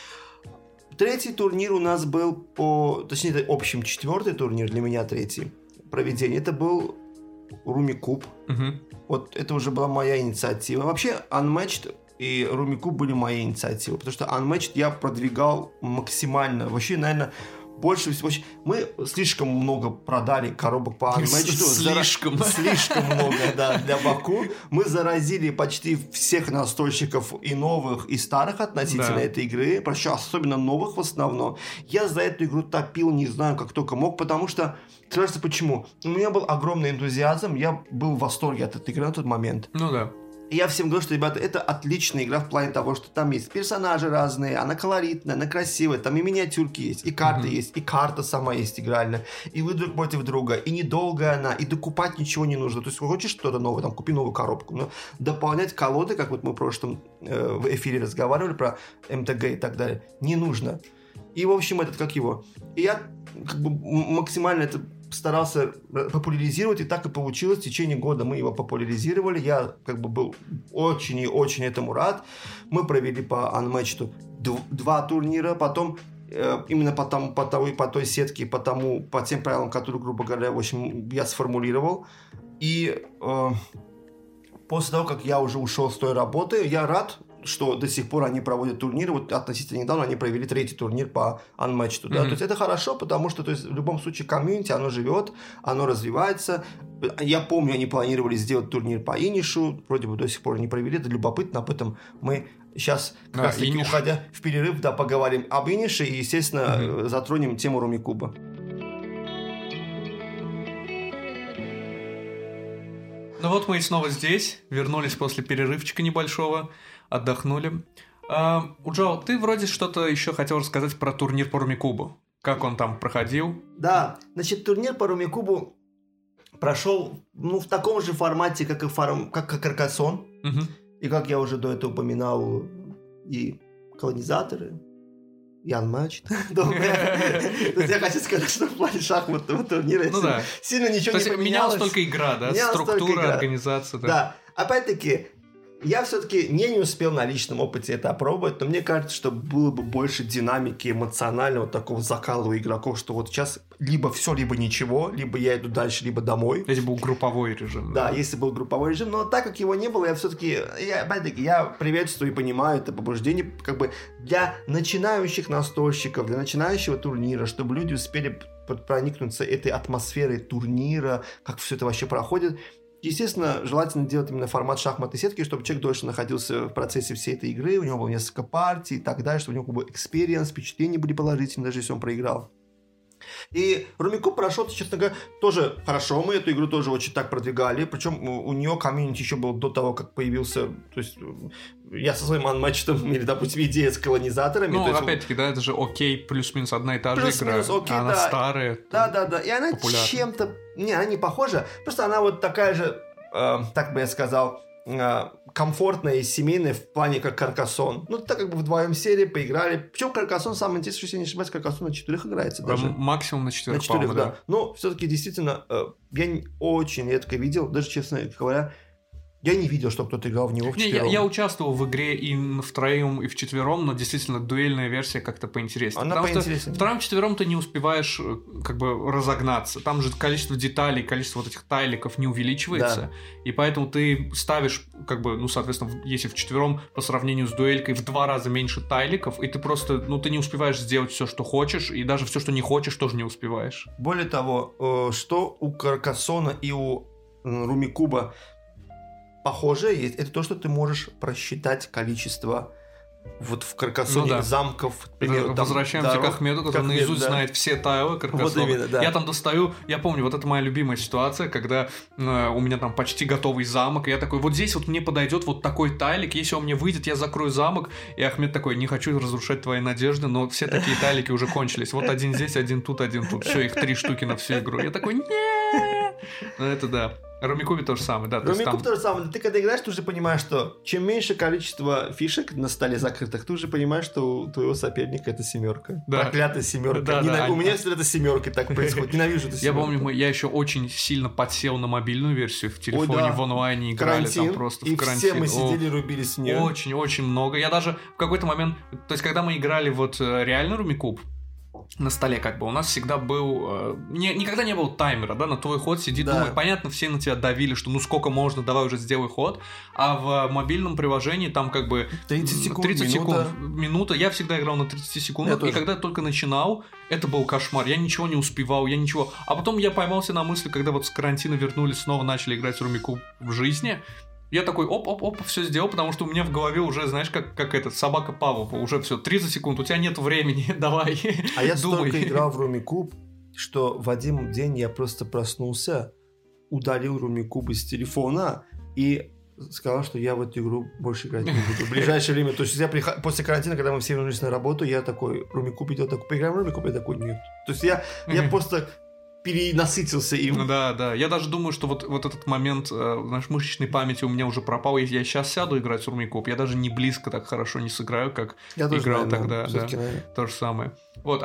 Третий турнир у нас был точнее, это общем четвертый турнир, для меня третий проведение. Это был Rummikub. Вот это уже была моя инициатива. Вообще, Unmatched и Rummikub были мои инициативы, потому что Unmatched я продвигал максимально. Вообще, наверное, больше всего... Мы слишком много продали коробок по Unmatched. Слишком много, да, для Баку. Мы заразили почти всех настольщиков и новых, и старых относительно этой игры. Причем особенно новых в основном. Я за эту игру топил, не знаю, как только мог, потому что... Кажется, почему? У меня был огромный энтузиазм, я был в восторге от этой игры на тот момент. Ну да. И я всем говорю, что, ребята, это отличная игра в плане того, что там есть персонажи разные, она колоритная, она красивая, там и миниатюрки есть, и карты есть, и карта сама есть игральная, и вы друг против друга, и недолгая она, и докупать ничего не нужно. То есть, хочешь что-то новое, там, купи новую коробку, но дополнять колоды, как вот мы в прошлом в эфире разговаривали про МТГ и так далее, не нужно. И, в общем, И я как бы максимально это старался популяризировать, и так и получилось. В течение года мы его популяризировали. Я как бы был очень и очень этому рад. Мы провели по Unmatched 2 турнира, потом именно по той сетке, по тем правилам, которые, грубо говоря, в общем, я сформулировал. И после того, как я уже ушел с той работы, я рад, что до сих пор они проводят турниры. Вот относительно недавно они провели 3-й турнир по Unmatched. Да? То есть это хорошо, потому что, то есть, в любом случае комьюнити, оно живет, оно развивается. Я помню, они планировали сделать турнир по Инишу, вроде бы до сих пор не провели, это любопытно, об этом мы сейчас, как раз таки, уходя в перерыв, поговорим об Инише и, естественно, затронем тему Rummikub. Ну вот мы и снова здесь, вернулись после перерывчика небольшого, отдохнули. Уджоу, ты вроде что-то еще хотел рассказать про турнир по Rummikub. Как он там проходил? Да, значит, турнир по Rummikub прошел в таком же формате, как Каркасон. И как я уже до этого упоминал, и колонизаторы, и Unmatched. То есть я хочу сказать, что в плане шахматного турнира сильно ничего не поменялось. Менялась только игра, да? Структура, организация. Да, опять-таки, я все-таки не успел на личном опыте это опробовать, но мне кажется, что было бы больше динамики эмоционального такого закала у игроков, что вот сейчас либо все, либо ничего, либо я иду дальше, либо домой. Если был групповой режим. Да, если был групповой режим, но так как его не было, я все-таки, опять-таки, я приветствую и понимаю это побуждение, как бы для начинающих настольщиков, для начинающего турнира, чтобы люди успели проникнуться этой атмосферой турнира, как все это вообще проходит. Естественно, желательно делать именно формат шахматной сетки, чтобы человек дольше находился в процессе всей этой игры, у него было несколько партий и так далее, чтобы у него был экспириенс, впечатления были положительные, даже если он проиграл. И Rummikub прошел, честно говоря, тоже хорошо. Мы эту игру тоже очень так продвигали. Причем у нее комьюнити еще был до того, как появился. То есть я со своим Unmatched, или, допустим, идея с колонизаторами. Ну, есть, опять-таки, да, это же окей, плюс-минус одна и та же игра. Окей, она старая. Да. И она популярна. Чем-то... Не, она не похожа. Просто она вот такая же, так бы я сказал, комфортная и семейная в плане как Каркасон. Ну, так как бы вдвоем сели, поиграли. Причем Каркасон, самое интересное, что, если я не ошибаюсь, Каркасон на 4 играется даже. Максимум на 4, да. Но все-таки действительно я очень редко видел, даже, честно говоря, я не видел, что кто-то играл в него вчетвером. Я участвовал в игре и втроем, и вчетвером, но действительно дуэльная версия как-то поинтереснее. Она поинтереснее. Что втроем-четвером ты не успеваешь как бы разогнаться. Там же количество деталей, количество вот этих тайликов не увеличивается. Да. И поэтому ты ставишь, как бы, соответственно, если вчетвером по сравнению с дуэлькой в 2 раза меньше тайликов, и ты просто, ты не успеваешь сделать все, что хочешь, и даже все, что не хочешь, тоже не успеваешь. Более того, что у Каркасона и у Rummikub похожее есть, это то, что ты можешь просчитать количество вот в Каркассоне замков, к примеру, возвращаемся к Ахмеду, который наизусть знает все тайлы Каркассона. Вот именно, да. Я там достаю, я помню, вот это моя любимая ситуация, когда у меня там почти готовый замок, и я такой, вот здесь вот мне подойдет вот такой тайлик, если он мне выйдет, я закрою замок, и Ахмед такой, не хочу разрушать твои надежды, но все такие тайлики уже кончились, вот один здесь, один тут, все, их 3 штуки на всю игру. Я такой, нет! Ну это да. Румикубе то же самое, да. Румикуб то же самое. Ты когда играешь, ты уже понимаешь, что чем меньше количество фишек на столе закрытых, ты уже понимаешь, что у твоего соперника это 7. Да. Проклятая 7. У меня всегда это 7 так происходит. Ненавижу эту 7. Я помню, я еще очень сильно подсел на мобильную версию в телефоне, в онлайне играли там просто в карантин. И все мы сидели, рубились в нее. Очень-очень много. Я даже в какой-то момент, то есть когда мы играли вот реально Румикуб, на столе как бы у нас всегда был никогда не было таймера, да, на твой ход сидит, думает, понятно, все на тебя давили, что ну сколько можно, давай уже сделай ход, а в мобильном приложении там как бы 30 секунд, минута, я всегда играл на 30 секундах, и когда я только начинал, это был кошмар, я ничего не успевал, а потом я поймался на мысли, когда вот с карантина вернулись, снова начали играть в Румикуб в жизни. Я такой, оп, все сделал, потому что у меня в голове уже, знаешь, как этот собака Павлова, уже все, 30 секунд, у тебя нет времени, давай, А я столько играл в Румикуб, что в один день я просто проснулся, удалил Румикуб из телефона и сказал, что я в эту игру больше играть не буду в ближайшее время. То есть я после карантина, когда мы все вернулись на работу, я такой, Румикуб идет, такой, поиграем в Румикуб? Я такой, нет. То есть я просто... перенасытился им. Ну да. Я даже думаю, что вот этот момент, знаешь, мышечной памяти у меня уже пропал. Если я сейчас сяду играть в Румикуб, я даже не близко так хорошо не сыграю, как я играл тогда. Да. То же самое. Вот,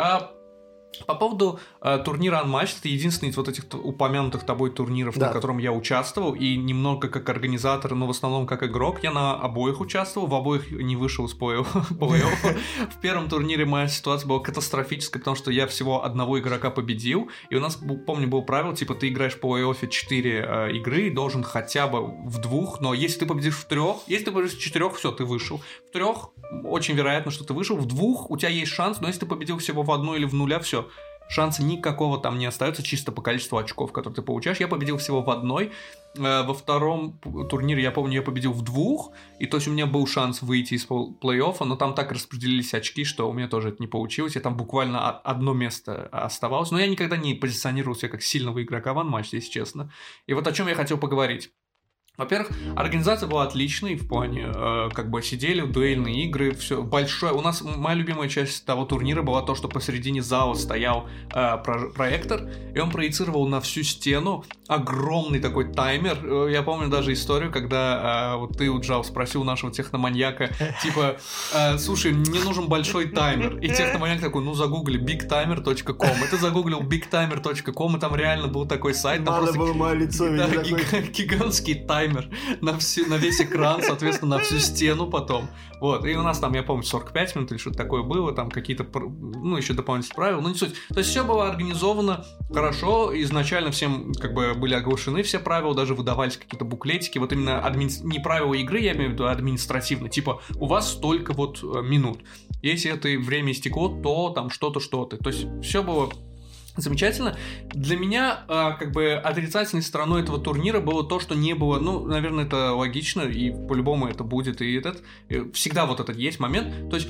по поводу турнира Unmatched, это единственный из вот этих упомянутых тобой турниров, на котором я участвовал, и немного как организатор, но в основном как игрок. Я на обоих участвовал, в обоих не вышел с плей-оффа. В первом турнире моя ситуация была катастрофическая, потому что я всего одного игрока победил, и у нас, помню, было правило, типа ты играешь в плей-оффе 4 игры, и должен хотя бы в 2, но если ты победишь в 3, если ты победишь в 4, все, ты вышел. В 3 очень вероятно, что ты вышел, в 2 у тебя есть шанс, но если ты победил всего в 1 или в 0, все. Шанса никакого там не остается, чисто по количеству очков, которые ты получаешь. Я победил всего в 1. Во втором турнире, я помню, я победил в 2. И то есть у меня был шанс выйти из плей-оффа, но там так распределились очки, что у меня тоже это не получилось. Я там буквально одно место оставалось. Но я никогда не позиционировал себя как сильного игрока в Unmatched, если честно. И вот о чем я хотел поговорить. Во-первых, организация была отличной в плане, как бы сидели, дуэльные игры, все большое. У нас моя любимая часть того турнира была то, что посередине зала стоял проектор, и он проецировал на всю стену огромный такой таймер. Я помню даже историю, когда вот ты, Уджал, спросил нашего техноманьяка, типа, слушай, мне нужен большой таймер. И техноманьяк такой, ну загугли bigtimer.com. И ты загуглил bigtimer.com, и там реально был такой сайт. Надо было мое лицо видеть. Гигантский таймер на весь экран, соответственно, на всю стену потом. Вот, и у нас там, я помню, 45 минут или что-то такое было, там какие-то, ну, еще дополнительные правила, но не суть. То есть все было организовано хорошо, изначально всем как бы были оглашены все правила, даже выдавались какие-то буклетики, вот именно не правила игры, я имею в виду административно, типа у вас столько вот минут. Если это время истекло, то там что-то. То есть все было замечательно. Для меня, как бы, отрицательной стороной этого турнира было то, что не было, ну, наверное, это логично, и по-любому это будет, и всегда вот этот есть момент, то есть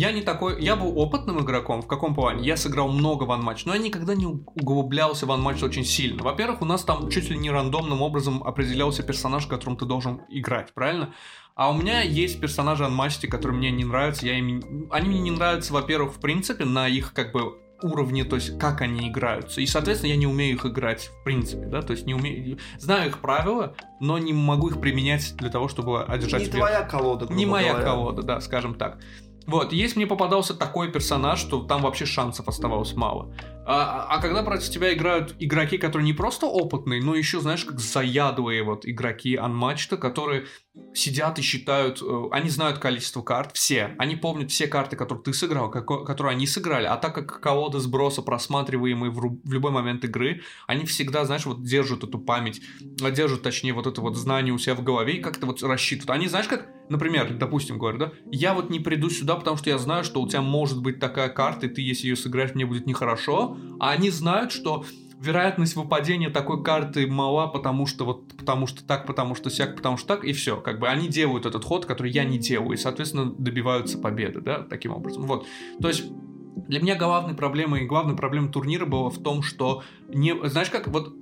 я был опытным игроком, в каком плане? Я сыграл много в Unmatched, но я никогда не углублялся в Unmatched очень сильно. Во-первых, у нас там чуть ли не рандомным образом определялся персонаж, которым ты должен играть, правильно? А у меня есть персонажи Unmatched, которые мне не нравятся, они мне не нравятся, во-первых, в принципе, на их, как бы, уровне, то есть как они играются. И, соответственно, я не умею их играть в принципе, да, то есть не умею... Знаю их правила, но не могу их применять для того, чтобы одержать верх. Не твоя колода, не моя колода, да, скажем так. Вот, если мне попадался такой персонаж, то там вообще шансов оставалось мало. А когда против тебя играют игроки, которые не просто опытные, но еще, знаешь, как заядлые вот игроки Unmatched, которые сидят и считают, они знают количество карт, все, они помнят все карты, которые ты сыграл, которые они сыграли, а так как колода сброса просматриваемые в любой момент игры, они всегда, знаешь, вот держат эту память, держат, точнее, вот это вот знание у себя в голове и как-то вот рассчитывают. Они, знаешь, как, например, допустим, говорю, да, я вот не приду сюда, потому что я знаю, что у тебя может быть такая карта, и ты, если ее сыграешь, мне будет нехорошо, а они знают, что вероятность выпадения такой карты мала, потому что так, потому что сяк, потому что так, и все. Как бы они делают этот ход, который я не делаю, и, соответственно, добиваются победы, да, таким образом. Вот. То есть для меня главной проблемой турнира была в том, что знаешь, как вот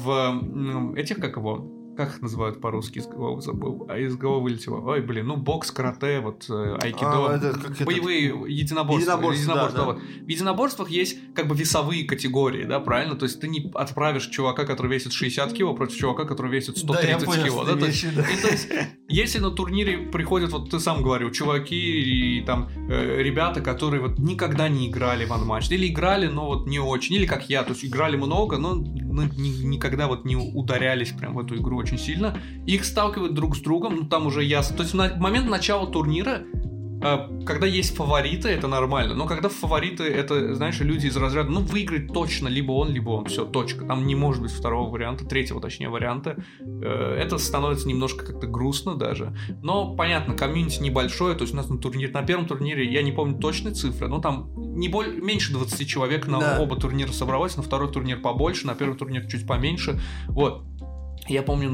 в этих, как их называют по-русски, из головы забыл, из головы вылетело. Ой, блин, бокс, карате, айкидо, боевые единоборства. Да. Вот. В единоборствах есть как бы весовые категории, да, правильно? То есть ты не отправишь чувака, который весит 60 кило, против чувака, который весит 130 кило. Да? То есть, если на турнире приходят, вот ты сам говорил, чуваки и там ребята, которые вот никогда не играли в Unmatched, или играли, но вот не очень, или как я, то есть играли много, но никогда вот не ударялись прям в эту игру очень сильно, их сталкивают друг с другом, там уже ясно. То есть в момент начала турнира, когда есть фавориты, это нормально, но когда фавориты, это, знаешь, люди из разряда, выиграет точно либо он, все, точка. Там не может быть второго варианта, третьего, точнее, варианта. Это становится немножко как-то грустно даже. Но, понятно, комьюнити небольшое, то есть у нас на первом турнире, я не помню точной цифры, но там меньше 20 человек на оба турнира собралось, на второй турнир побольше, на первый турнир чуть поменьше, вот. Я помню,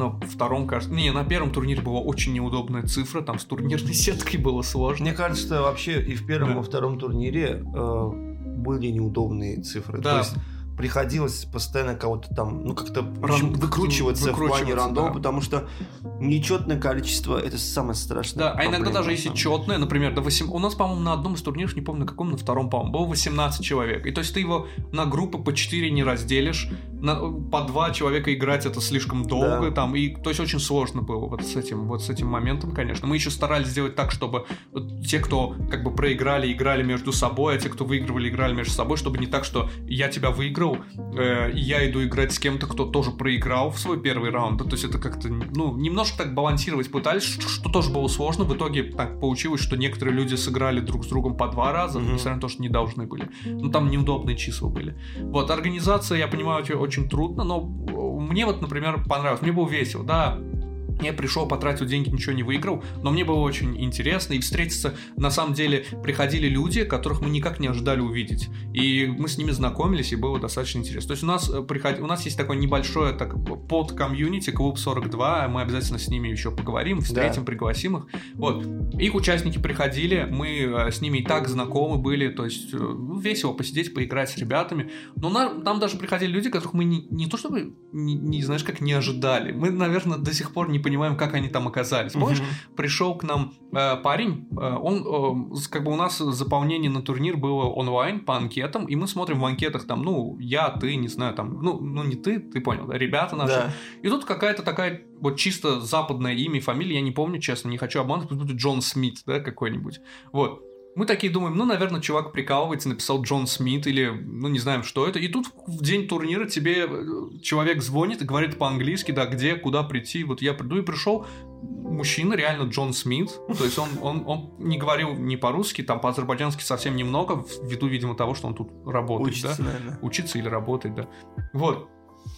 на первом турнире была очень неудобная цифра, там с турнирной сеткой было сложно. Мне кажется, вообще и в первом, и во втором турнире были неудобные цифры. Да. То есть приходилось постоянно кого-то там, как-то выкручиваться в плане рандома, потому что нечетное количество — это самое страшное. Да, а иногда даже если четное, например, у нас, по-моему, на одном из турниров, не помню на каком, на втором, по-моему, было 18 человек. И то есть ты его на группы по 4 не разделишь, по 2 человека играть это слишком долго, и то есть очень сложно было вот с этим моментом, конечно. Мы еще старались сделать так, чтобы те, кто как бы проиграли, играли между собой, а те, кто выигрывали, играли между собой, чтобы не так, что я тебя выиграл, и я иду играть с кем-то, кто тоже проиграл в свой первый раунд. То есть это как-то, немножко так балансировать пытались, что тоже было сложно. В итоге так получилось, что некоторые люди сыграли друг с другом по 2 раза, несмотря на то, что не должны были. Там неудобные числа были. Вот, организация, я понимаю, очень трудно, но мне вот, например, понравилось. Мне было весело, да. Я пришел, потратил деньги, ничего не выиграл, но мне было очень интересно, и встретиться, на самом деле, приходили люди, которых мы никак не ожидали увидеть, и мы с ними знакомились, и было достаточно интересно. То есть у нас есть такое небольшое под-комьюнити, клуб 42, мы обязательно с ними еще поговорим, встретим, пригласим их. Вот. Их участники приходили, мы с ними и так знакомы были, то есть весело посидеть, поиграть с ребятами, но там даже приходили люди, которых мы не то чтобы, не знаешь, как не ожидали, мы, наверное, до сих пор не понимаем, как они там оказались. Помнишь, пришел к нам парень, он, как бы у нас заполнение на турнир было онлайн по анкетам, и мы смотрим в анкетах там, я, ты, не знаю, там, не ты понял, да, ребята наши. Да. И тут какая-то такая вот чисто западное имя и фамилия, я не помню, честно, не хочу обманывать, пусть будет Джон Смит, да, какой-нибудь. Вот. Мы такие думаем, наверное, чувак прикалывается, написал Джон Смит или, не знаем, что это. И тут в день турнира тебе человек звонит и говорит по-английски, да, где, куда прийти. Вот я приду, и пришел мужчина, реально Джон Смит. То есть он не говорил ни по-русски, там по-азербайджански совсем немного, ввиду, видимо, того, что он тут работает. Учится, да? наверное. Учится или работает, да. Вот.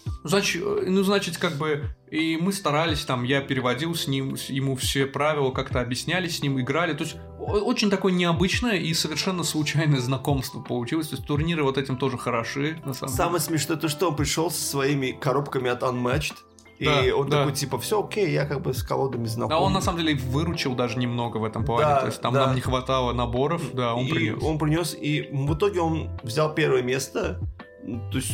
Значит, как бы, и мы старались, там, я переводил с ним, ему все правила, как-то объясняли с ним, играли, то есть очень такое необычное и совершенно случайное знакомство получилось, то есть турниры вот этим тоже хороши, на самом деле. Самое смешное то, что он пришел со своими коробками от Unmatched, и он такой, типа, все окей, я как бы с колодами знаком. Да, он на самом деле выручил даже немного в этом плане, то есть там нам не хватало наборов, он принес, и в итоге он взял первое место. То есть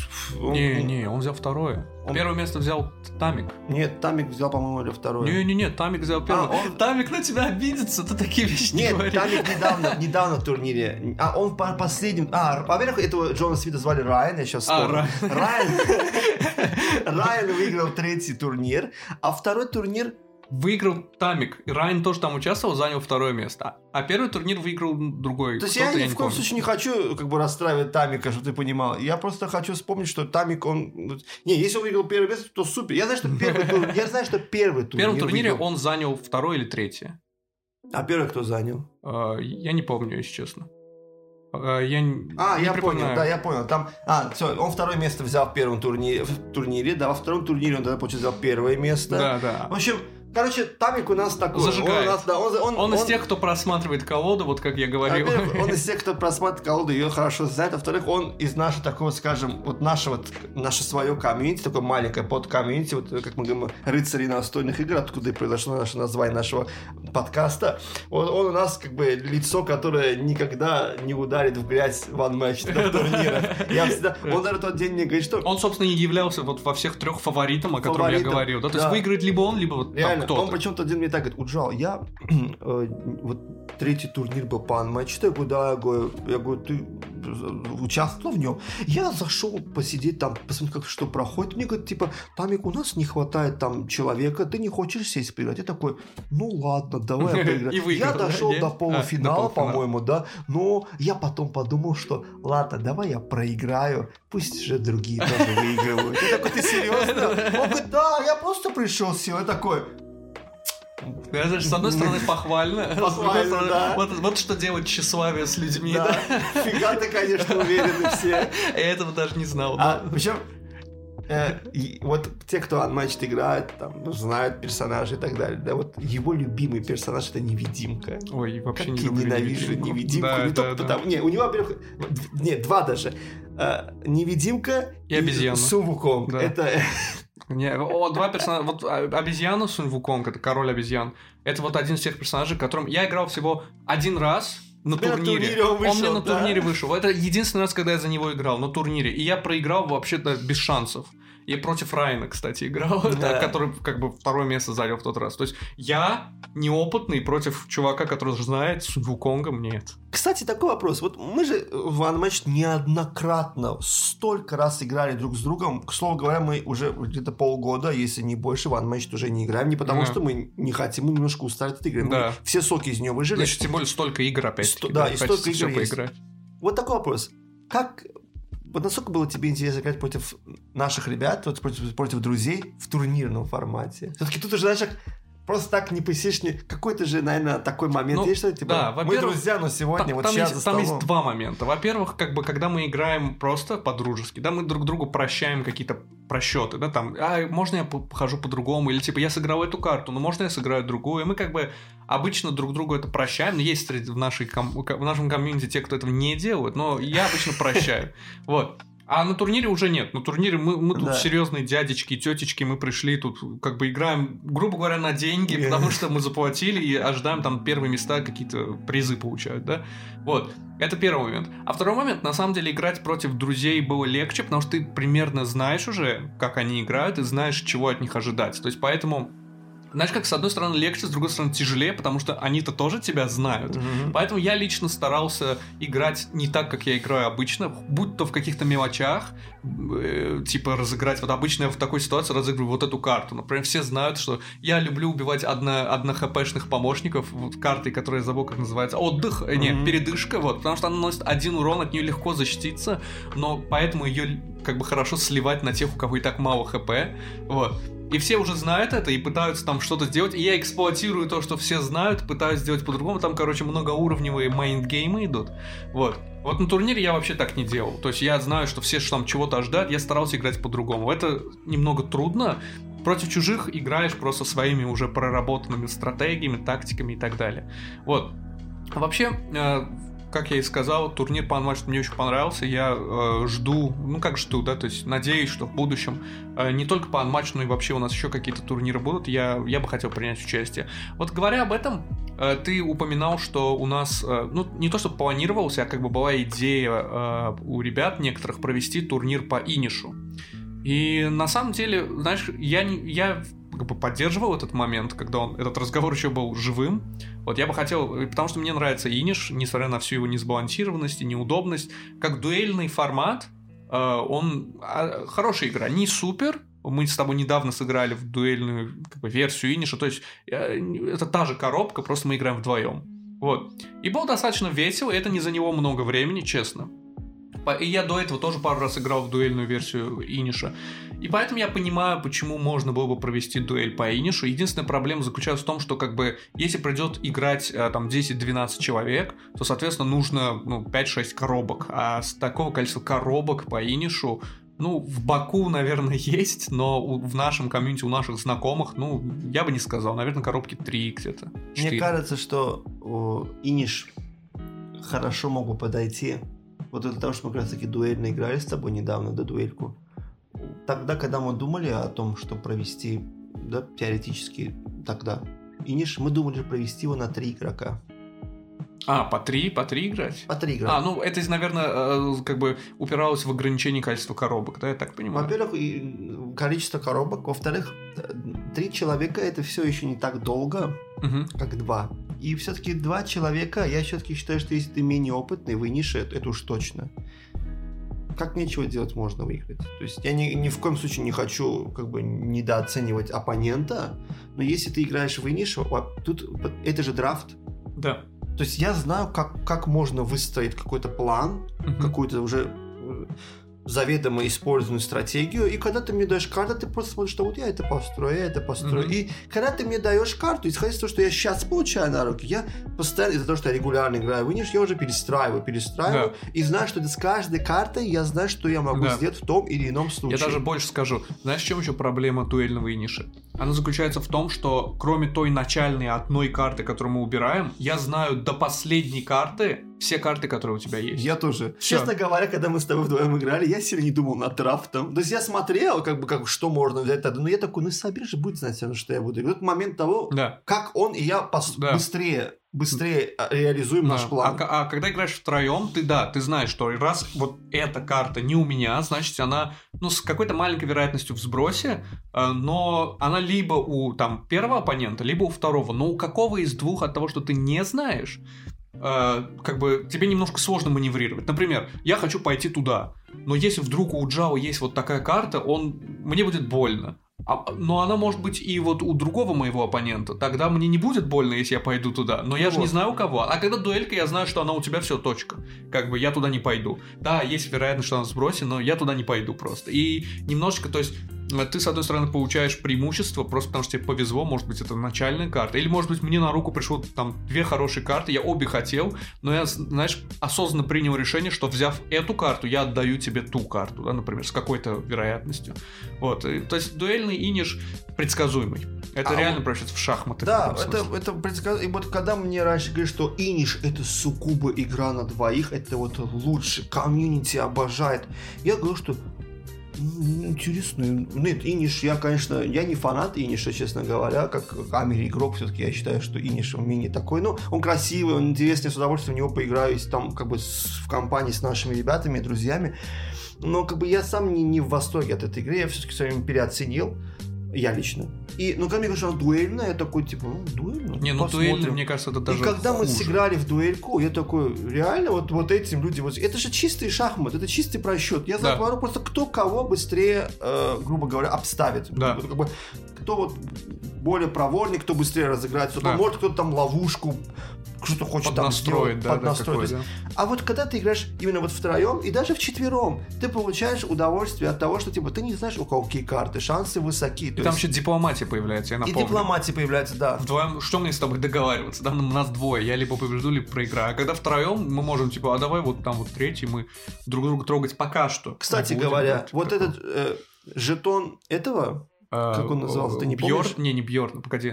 он взял второе. Первое место взял Тамик. Нет, Тамик взял, по-моему, или второе. Нет, Тамик взял первое. Тамик на тебя обидится, ты такие вещи не говоришь. Нет, Тамик недавно в турнире. Он по последним... во-первых, этого Джона Смита звали Райан, я сейчас вспомнил. Райан выиграл 3-й турнир, а второй турнир выиграл Тамик. И Райан тоже там участвовал, занял 2-е место. А первый турнир выиграл другой. То есть я ни в коем случае не хочу как бы расстраивать Тамика, чтобы ты понимал. Я просто хочу вспомнить, что Тамик, он... если он выиграл первое место, то супер. Я знаю, что первый турнир... В первом турнире он занял 2-е или 3-е. А первый кто занял? Я не помню, если честно. Я понял. Там, все, он 2-е место взял в первом турнире, да, во втором турнире он тогда, получается, взял 1-е место. Да. В общем, Короче, Тамик у нас такой. Зажигает. Он из тех, кто просматривает колоду, вот как я говорил. Он из тех, кто просматривает колоду, ее хорошо знает. Во-вторых, он из нашего такого, скажем, вот наше свое комьюнити, такое маленькое подкомьюнити, вот как мы говорим, рыцари настольных игр, откуда и произошло наше название нашего подкаста. Он у нас как бы лицо, которое никогда не ударит в грязь ван-матч на турнирах. Он даже тот день мне говорит, что... Он, собственно, и являлся вот во всех 3 фаворитах, о которых я говорил. Да? То есть выиграет либо он, либо вот там кто-то. Он почему-то один мне так говорит: Уджал, я вот 3-й турнир был по Unmatched, я говорю, да, я говорю, ты участвовал в нем? Я зашел посидеть там, посмотреть, как что проходит. Мне говорят, типа, Тамик, у нас не хватает там человека, ты не хочешь сесть поиграть? Я такой, ну ладно, давай я поиграю. Я дошел до полуфинала, по-моему, да, но я потом подумал, что ладно, давай я проиграю, пусть же другие тоже выигрывают. Я такой, ты серьезно? Он говорит, да, я просто пришел сел, я такой... С одной стороны, похвально. Похвально, да. Вот что делать тщеславие с людьми, да? Фига ты, конечно, уверены все. Я этого даже не знал. Причем, вот те, кто Unmatched играет, там, знают персонажей и так далее, да, вот его любимый персонаж — это Невидимка. Ой, вообще как не люблю ненавижу Невидимку. У него, во-первых, два даже. Невидимка и обезьяна. Сун Вуконг. Да. Это... Два персонажа. Вот обезьяна Сун Вуконг, это король обезьян. Это вот один из тех персонажей, которым я играл всего один раз на турнире. Он мне на турнире вышел. Это единственный раз, когда я за него играл, на турнире. И я проиграл вообще-то без шансов. И против Райана, кстати, играл, который как бы 2-е место занял в тот раз. То есть я неопытный против чувака, который знает Сун Вуконга, нет. Кстати, такой вопрос. Вот мы же в Unmatched неоднократно столько раз играли друг с другом. К слову говоря, мы уже где-то полгода, если не больше, в Unmatched уже не играем. Не потому, что мы не хотим, мы немножко устали от игры. Мы все соки из нее выжили. Значит, тем более столько игр опять-таки. Да, и столько игр есть. Вот такой вопрос. Вот насколько было тебе интересно играть против наших ребят, вот против друзей в турнирном формате? Все-таки тут уже, знаешь, просто так не посидишь, какой-то же, наверное, такой момент есть, что типа, да, мы друзья, но сегодня вот сейчас за столом. Там есть 2 момента. Во-первых, как бы, когда мы играем просто по-дружески, да, мы друг другу прощаем какие-то просчеты, да, там, можно я похожу по-другому, или типа, я сыграл эту карту, но можно я сыграю другую, и мы как бы обычно друг другу это прощаем, но есть в нашем комьюнити те, кто этого не делают, но я обычно прощаю, вот. А на турнире уже нет. На турнире мы тут серьезные дядечки, тетечки, мы пришли тут, как бы играем, грубо говоря, на деньги, потому что мы заплатили и ожидаем там первые места, какие-то призы получают, да? Вот. Это первый момент. А второй момент, на самом деле, играть против друзей было легче, потому что ты примерно знаешь уже, как они играют, и знаешь, чего от них ожидать. То есть, поэтому... Знаешь, как с одной стороны легче, с другой стороны тяжелее, потому что они-то тоже тебя знают. Поэтому я лично старался играть не так, как я играю обычно, будь то в каких-то мелочах, типа разыграть. Вот обычно я в такой ситуации разыгрываю вот эту карту. Например, все знают, что я люблю убивать одно-хпшных помощников вот картой, которая, я забыл, как называется, передышка, вот, потому что она наносит 1 урон, от нее легко защититься, но поэтому ее как бы хорошо сливать на тех, у кого и так мало хп, вот. И все уже знают это и пытаются там что-то сделать. И я эксплуатирую то, что все знают, пытаюсь сделать по-другому. Там, короче, многоуровневые майндгеймы идут. Вот на турнире я вообще так не делал. То есть я знаю, что все там чего-то ожидают, я старался играть по-другому. Это немного трудно. Против чужих играешь просто своими уже проработанными стратегиями, тактиками и так далее. Вот. Вообще... Как я и сказал, турнир по Unmatched мне очень понравился. Я жду, да, то есть надеюсь, что в будущем не только по Unmatched, но и вообще у нас еще какие-то турниры будут. Я бы хотел принять участие. Вот говоря об этом, ты упоминал, что у нас, не то что планировался, а как бы была идея у ребят некоторых провести турнир по Инишу. И на самом деле, знаешь, я как бы поддерживал этот момент, когда этот разговор еще был живым. Вот я бы хотел, потому что мне нравится Иниш, несмотря на всю его несбалансированность и неудобность, как дуэльный формат, он хорошая игра, не супер. Мы с тобой недавно сыграли в дуэльную как бы, версию Иниша, то есть это та же коробка, просто мы играем вдвоем. Вот. И было достаточно весело, и это не заняло много времени, честно. И я до этого тоже пару раз играл в дуэльную версию Иниша. И поэтому я понимаю, почему можно было бы провести дуэль по Инишу. Единственная проблема заключается в том, что как бы если придет играть там 10-12 человек, то, соответственно, нужно 5-6 коробок. А с такого количества коробок по Инишу Ну, в Баку, наверное, есть, но в нашем комьюнити, у наших знакомых, ну, я бы не сказал. Наверное, коробки 3 где-то. 4. Мне кажется, что иниш хорошо мог бы подойти. Вот из-за того, что мы как раз таки дуэльно играли с тобой недавно, дуэльку. Тогда, когда мы думали о том, что провести, да, теоретически тогда, иниш, мы думали провести его на 3 игрока. По 3 играть? По 3 игрока. Ну, это, наверное, как бы упиралось в ограничение количества коробок, да, я так понимаю? Во-первых, количество коробок. Во-вторых, 3 человека это все еще не так долго, как 2. И все-таки 2 человека, я все-таки считаю, что если ты менее опытный, в инише, это уж точно. Как нечего делать, можно выиграть. То есть я ни в коем случае не хочу как бы недооценивать оппонента, но если ты играешь в инише, тут это же драфт. Да. То есть я знаю, как можно выстроить какой-то план, какую-то уже заведомо использованную стратегию, и когда ты мне даешь карту, ты просто смотришь, что вот я это построю. И когда ты мне даешь карту, исходя из того, что я сейчас получаю на руки, я постоянно, из-за того, что я регулярно играю в иниш, я уже перестраиваю, да. И знаю, что с каждой картой я знаю, что я могу сделать в том или ином случае. Я даже больше скажу. Знаешь, в чем еще проблема дуэльного иниша? Она заключается в том, что кроме той начальной одной карты, которую мы убираем, я знаю до последней карты все карты, которые у тебя есть. Я тоже. Всё. Честно говоря, когда мы с тобой вдвоем играли, я сильно не думал над драфтом. То есть я смотрел, что можно взять тогда. Но я такой, Сабир же будет знать, что я буду. И вот момент того, как он и я быстрее реализуем наш план. А когда играешь втроем, ты знаешь, что раз вот эта карта не у меня, значит, она с какой-то маленькой вероятностью в сбросе, но она либо у первого оппонента, либо у второго. Но у какого из двух от того, что ты не знаешь, тебе немножко сложно маневрировать. Например, я хочу пойти туда, но если вдруг у Джао есть вот такая карта, мне будет больно. Но она может быть и вот у другого моего оппонента. Тогда мне не будет больно, если я пойду туда. Но я же не знаю у кого. А когда дуэлька, я знаю, что она у тебя, все, точка. Я туда не пойду. Да, есть вероятность, что она сбросит, но я туда не пойду просто. И немножечко, то есть ты, с одной стороны, получаешь преимущество, просто потому что тебе повезло, может быть, это начальная карта. Или, может быть, мне на руку пришло 2 хорошие карты, я обе хотел, но я, знаешь, осознанно принял решение, что, взяв эту карту, я отдаю тебе ту карту, да, например, с какой-то вероятностью. Вот. То есть дуэльный иниш предсказуемый. Это реально превращается в шахматы. Да, это предсказуемо. И вот когда мне раньше говорили, что иниш это сугубо игра на двоих, это вот лучше, комьюнити обожает. Я говорю, что интересно. Нет, иниш, я не фанат иниша, честно говоря, как игрок, все-таки я считаю, что иниш мини такой, он красивый, он интересный, с удовольствием в него поиграю, там, в компании с нашими ребятами, друзьями, но, я сам не в восторге от этой игры, я все-таки все время переоценил, я лично. И, когда мне говорят, что она дуэльная, я такой, дуэльная? Дуэльная, мне кажется, это даже И когда хуже. мы сыграли в дуэльку, я такой, реально, вот этим людям, это же чистый шахмат, это чистый просчет. Я говорю просто, кто кого быстрее, грубо говоря, обставит. Да. Кто более проворный, кто быстрее разыграет, может кто-то ловушку, что-то хочет поднастроить, поднастроить. А вот когда ты играешь именно втроем и даже вчетвером, ты получаешь удовольствие от того, что ты не знаешь, у кого какие карты, шансы высоки. И там еще дипломатия появляется, я напомню. И дипломатия появляется, да. Вдвоем, что мне с тобой договариваться? Да, нас двое, я либо побежду, либо проиграю. А когда втроем, мы можем, а давай третий, мы друг друга трогать пока что. Кстати говоря, этот жетон этого... Как он назывался, ты не помнишь? Не Бьорн, погоди.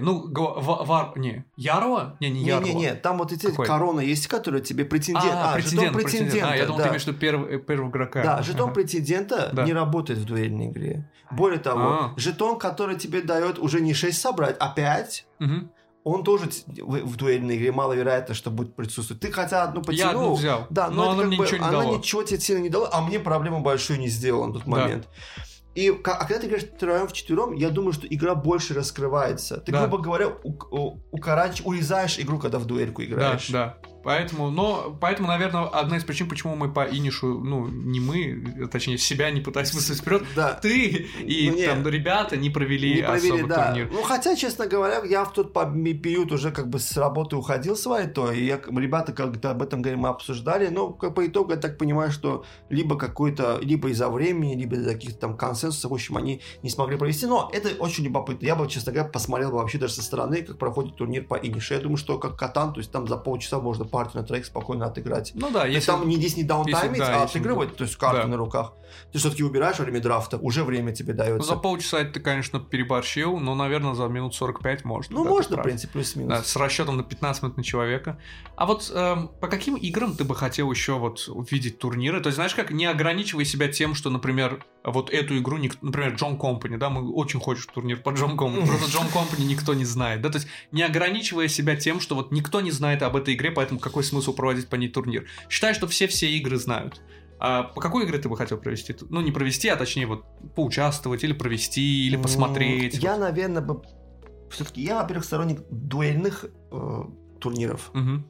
Ярова? Не Ярова. Не, там вот эти корона есть, которая тебе претендент. Жетон претендента. Я думал, ты имеешь в виду первого игрока. Да, жетон претендента не работает в дуэльной игре. Более того, жетон, который тебе дает уже не 6 собрать, а 5, он тоже в дуэльной игре маловероятно, что будет присутствовать. Ты хотя одну потянул. Я одну взял, да, но она мне ничего не дала. Она ничего тебе сильно не дала, а мне проблему большую не сделала на тот момент. И когда ты играешь втроем, я думаю, что игра больше раскрывается. Ты, грубо говоря, урезаешь игру, когда в дуэльку играешь. Да. Поэтому, наверное, одна из причин, почему мы по инишу, не мы, точнее, себя не пытались выставить вперед, ты и ребята не провели особо турнир. Хотя, честно говоря, я в тот период уже с работы уходил своей, и ребята когда об этом говорили, мы обсуждали, но по итогу я так понимаю, что либо из-за времени, либо из-за каких-то консенсусов, в общем, они не смогли провести, но это очень любопытно. Я бы, честно говоря, посмотрел вообще даже со стороны, как проходит турнир по инишу. Я думаю, что как Катан, то есть там за полчаса можно партию на троих спокойно отыграть. Ну да, если там здесь не даунтаймить, а отыгрывать, то есть карты на руках. Ты все-таки убираешь во время драфта, уже время тебе дается. За полчаса ты, конечно, переборщил, но, наверное, за минут 45 можно. Ну, можно, в принципе, плюс-минус. Да, с расчетом на 15 минут на человека. А вот по каким играм ты бы хотел еще вот увидеть турниры? То есть, знаешь, как не ограничивай себя тем, что, например, вот эту игру, например, John Company, да, мы очень хочешь турнир по John Company, просто John Company никто не знает, да, то есть не ограничивая себя тем, что вот никто не знает об этой игре, поэтому какой смысл проводить по ней турнир? Считай, что все игры знают. А по какой игре ты бы хотел провести? Ну, не провести, а точнее вот поучаствовать или провести, или посмотреть. Я, наверное, бы... Все-таки я, во-первых, сторонник дуэльных турниров.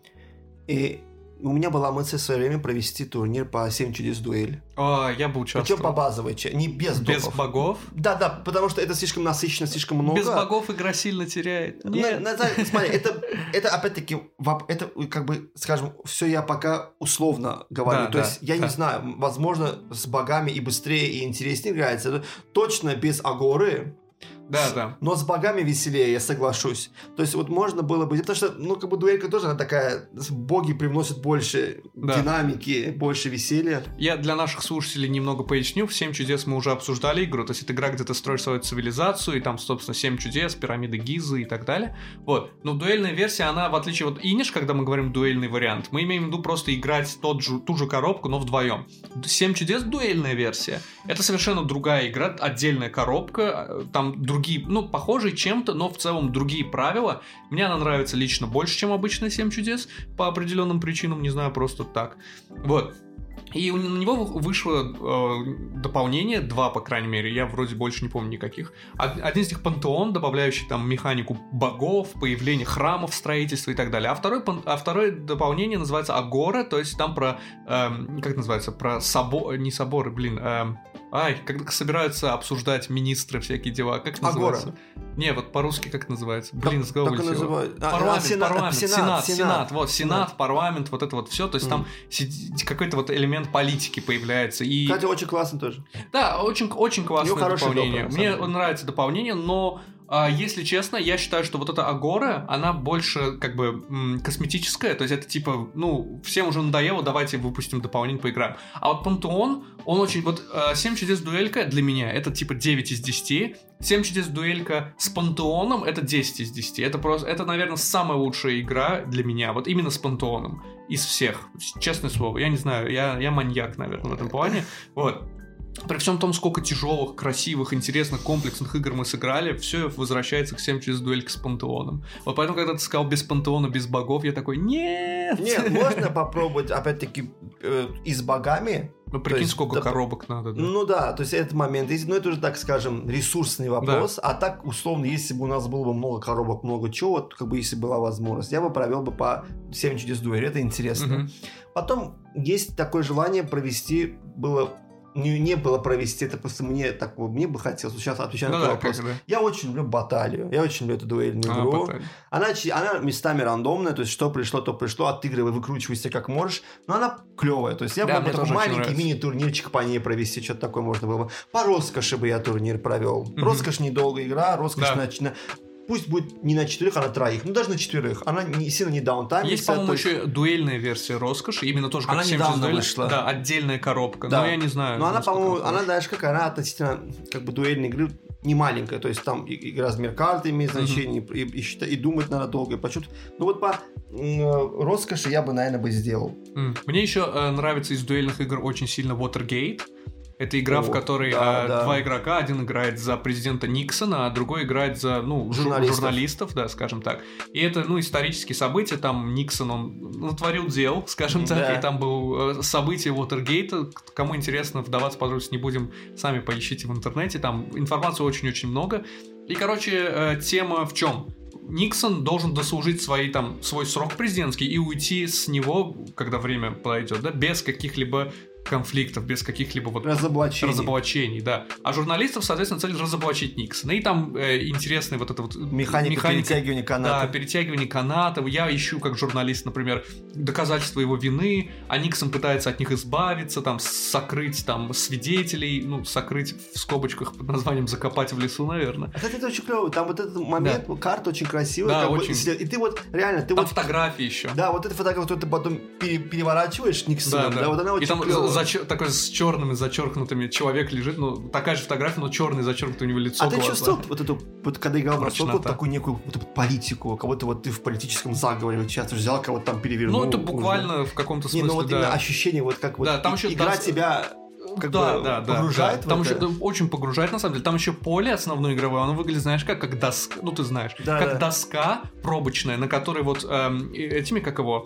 И у меня была мысль в свое время провести турнир по 7 чудес дуэль. Я бы участвовал. Причем по базовой, не без допов. Без богов? Да, потому что это слишком насыщенно, слишком много. Без богов игра сильно теряет. Нет. Смотри, это опять-таки, это как бы, скажем, все я пока условно говорю. То есть я не знаю, возможно, с богами и быстрее, и интереснее играется. Точно без агоры. Да. Но с богами веселее, я соглашусь. То есть вот можно было бы... Потому что, ну, как бы дуэлька тоже она такая... Боги привносят больше динамики, больше веселья. Я для наших слушателей немного поясню. В 7 чудес мы уже обсуждали игру. То есть это игра, где ты строишь свою цивилизацию, и там, собственно, 7 чудес, пирамиды Гизы и так далее. Вот. Но дуэльная версия, она, в отличие от Иниш, когда мы говорим дуэльный вариант, мы имеем в виду просто играть ту же коробку, но вдвоем. 7 чудес дуэльная версия. Это совершенно другая игра, отдельная коробка, там другие, ну, похожие чем-то, но в целом другие правила. Мне она нравится лично больше, чем обычная 7 чудес, по определенным причинам, не знаю, просто так. Вот. И у него вышло дополнение, 2, по крайней мере, я вроде больше не помню никаких. Один из них Пантеон, добавляющий там механику богов, появление храмов, строительства и так далее. А второе дополнение называется Агора, то есть там про, как называется, про собор, не соборы, когда собираются обсуждать министры всякие дела, как это называется? Агора. Не, вот по-русски как это называется? Блин, с головы Сенат. Вот, Сенат, парламент, вот это вот все, то есть там какой-то вот элемент политики появляется. И... Кстати, очень классно тоже. Да, очень классное дополнение. Мне нравится дополнение, но если честно, я считаю, что вот эта Агора, она больше как бы косметическая, то есть это типа, ну, всем уже надоело, давайте выпустим дополнение, поиграем. А вот Пантеон, он очень, вот 7 чудес дуэлька для меня это типа 9 из 10, 7 чудес дуэлька с Пантеоном это 10 из 10, это, наверное, самая лучшая игра для меня, вот именно с Пантеоном, из всех, честное слово, я не знаю, я маньяк, наверное, в этом плане, вот. При всем том, сколько тяжелых, красивых, интересных, комплексных игр мы сыграли, все возвращается к 7 чудес дуэлька с Пантеоном. Вот поэтому, когда ты сказал без Пантеона, без богов, я такой, нет! Нет, можно попробовать, опять-таки, и с богами. Ну, прикинь, сколько коробок надо, да? Ну да, то есть этот момент, но это уже, так скажем, ресурсный вопрос, а так, условно, если бы у нас было бы много коробок, много чего, вот, как бы, если была возможность, я бы провел бы по 7 чудес дуэли, это интересно. Потом есть такое желание провести, не было провести, это просто мне бы хотелось, сейчас отвечаю на этот вопрос. Я очень люблю баталию, я очень люблю эту дуэльную игру. Она местами рандомная, то есть что пришло, то пришло, отыгрывай, выкручивайся как можешь, но она клевая, то есть я бы такой маленький мини-турнирчик по ней провести, что-то такое можно было бы. По роскоши бы я турнир провел. Роскошь недолгая игра, роскошь пусть будет не на 4, а на 3. Ну, даже на 4. Она сильно не даунтайм. Есть, по-моему, еще дуэльная версия роскоши. Именно тоже как 7 чудес дуэль. Да, отдельная коробка. Да. Но я не знаю. Но она, по-моему, она даже как она относительно как бы дуэльной игры не маленькая. То есть там и размер карты имеет значение, и думать надо долго, и почему-то. Ну вот по роскоши я бы, наверное, сделал. Мне еще нравится из дуэльных игр очень сильно Watergate. Это игра, в которой два игрока, один играет за президента Никсона, а другой играет за журналистов, да, скажем так. И это, исторические события, там Никсон, он натворил дел, скажем так, и там было событие Уотергейта. Кому интересно, вдаваться в подробности не будем, сами поищите в интернете, там информации очень-очень много. И, короче, тема в чем? Никсон должен дослужить свой срок президентский и уйти с него, когда время подойдет, да, без каких-либо конфликтов, без каких-либо вот разоблачений, да. А журналистов, соответственно, цель разоблачить Никсона. И там интересная вот эта вот механика перетягивания каната. Да, перетягивание каната. Я ищу, как журналист, например, доказательства его вины, а Никсон пытается от них избавиться, там, сокрыть там свидетелей, ну, сокрыть в скобочках под названием «закопать в лесу», наверное. А это очень клево. Там вот этот момент, карта очень красивая. Да, очень. И ты вот реально... Там фотографии еще. Да, вот эта фотография, которую ты потом переворачиваешь Никсоном, да, вот она очень клевая. И там такой с черными зачеркнутыми человек лежит, ну, такая же фотография, но черный зачеркнутый у него лицо. А ты чувствовал вот эту, вот когда играл в Ростов, вот такую некую вот эту политику, кого-то вот ты в политическом заговоре участвуешь, взял кого-то там перевернул. Ну, это буквально в каком-то смысле, ну вот именно ощущение, вот как вот игра тебя... погружает в там это. Еще очень погружает, на самом деле. Там еще поле основное игровое, оно выглядит, знаешь, как доска, ну ты знаешь, доска пробочная, на которой вот этими, как его,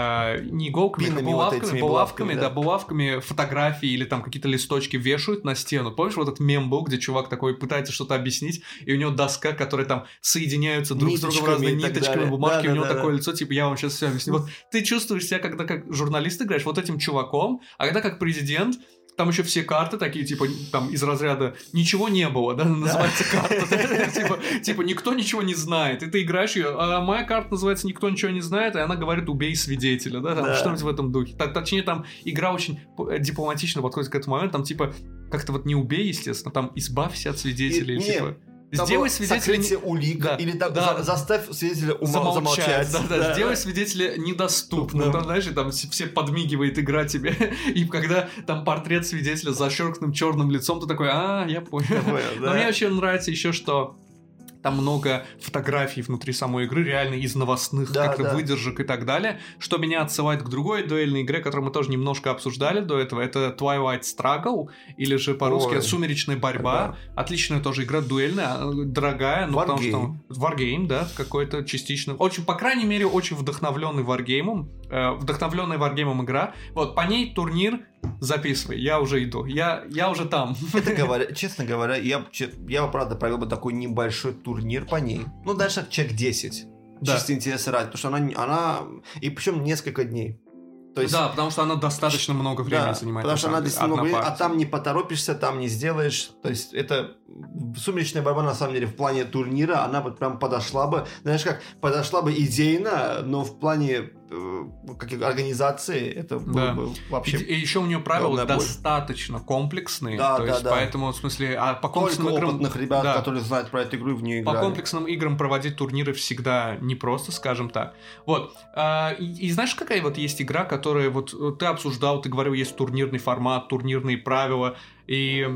не иголками, а булавками фотографии или там какие-то листочки вешают на стену. Помнишь, вот этот мем был, где чувак такой пытается что-то объяснить, и у него доска, которая там соединяются друг с другом разными ниточками, бумажки, у него такое лицо, типа, я вам сейчас все объясню. Вот ты чувствуешь себя, когда как журналист играешь, вот этим чуваком, а когда как президент, там еще все карты такие, типа, там, из разряда «ничего не было», да, называется карта. Типа, никто ничего не знает. И ты играешь ее, а моя карта называется «никто ничего не знает», и она говорит «убей свидетеля», да, там что-нибудь в этом духе. Точнее, там игра очень дипломатично подходит к этому моменту, там, типа, как-то вот не убей, естественно, там избавься от свидетелей, типа... Сделай свидетеля... улик, или заставь свидетеля замолчать. Сделай свидетеля недоступным. Там, знаешь, там все подмигивает игра тебе. И когда там портрет свидетеля с зачеркнутым черным лицом, ты такой, я понял. Но мне очень нравится еще, что там много фотографий внутри самой игры, реально из новостных выдержек и так далее, что меня отсылает к другой дуэльной игре, которую мы тоже немножко обсуждали до этого. Это Twilight Struggle, или же по-русски «Сумеречная борьба». Отличная тоже игра, дуэльная, дорогая. Ну, потому что Wargame, да, какой-то частично. Очень, по крайней мере, очень вдохновленный Wargame'ом. Вдохновленная Wargame'ом игра. Вот, по ней турнир записывай, я уже иду, я уже там. Честно говоря, я бы, правда, провел бы такой небольшой турнир по ней. Ну, дальше человек 10. Чисто интереса ради, потому что она... И причем несколько дней. То есть, да, потому что она достаточно много времени занимает. Потому что она действительно много времени, а там не поторопишься, там не сделаешь. То есть это «Сумеречная борьба», на самом деле, в плане турнира, она вот прям подошла бы, знаешь как, подошла бы идейно, но в плане организации это было бы вообще... И еще у нее правила достаточно комплексные, то есть поэтому, в смысле, по комплексным играм... опытных ребят, которые знают про эту игру и в нее играли. По комплексным играм проводить турниры всегда непросто, скажем так. Вот. И знаешь, какая вот есть игра, которая вот ты обсуждал, ты говорил, есть турнирный формат, турнирные правила, и...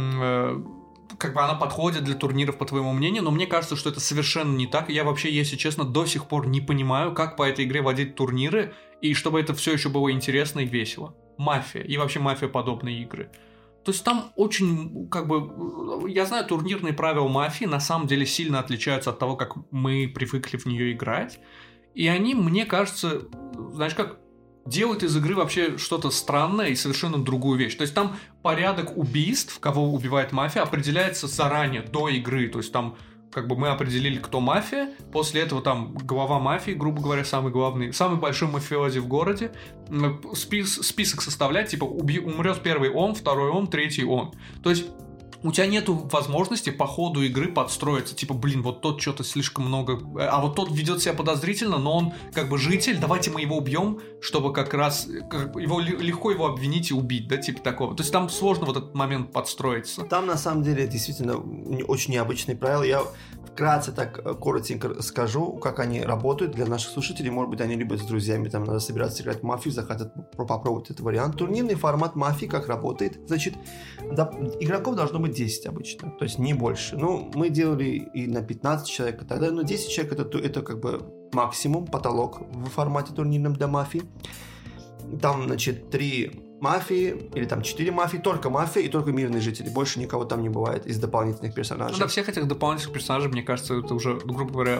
как бы она подходит для турниров, по твоему мнению, но мне кажется, что это совершенно не так. Я вообще, если честно, до сих пор не понимаю, как по этой игре водить турниры, и чтобы это все еще было интересно и весело. Мафия и вообще мафия-подобные игры. То есть там очень, как бы, я знаю, турнирные правила мафии на самом деле сильно отличаются от того, как мы привыкли в нее играть, и они, мне кажется, знаешь как, делают из игры вообще что-то странное и совершенно другую вещь. То есть там порядок убийств, кого убивает мафия, определяется заранее, до игры. То есть там как бы мы определили, кто мафия, после этого там глава мафии, грубо говоря, самый главный, самый большой мафиози в городе, список составлять, типа умрет первый он, второй он, третий он. То есть у тебя нету возможности по ходу игры подстроиться, типа, вот тот что-то слишком много, а вот тот ведет себя подозрительно, но он как бы житель, давайте мы его убьем, чтобы как раз легко его обвинить и убить, да, типа такого. То есть там сложно вот этот момент подстроиться. Там на самом деле действительно очень необычные правила. Я вкратце так коротенько скажу, как они работают для наших слушателей. Может быть, они любят с друзьями, там надо собираться играть в мафию, захотят попробовать этот вариант. Турнирный формат мафии как работает? Значит, игроков должно быть 10 обычно, то есть не больше. Ну, мы делали и на 15 человек и так далее, но 10 человек это как бы максимум, потолок в формате турнирном для мафии. Там, значит, 3 мафии, или там 4 мафии, только мафия и только мирные жители. Больше никого там не бывает из дополнительных персонажей. Ну, до всех этих дополнительных персонажей, мне кажется, это уже, грубо говоря,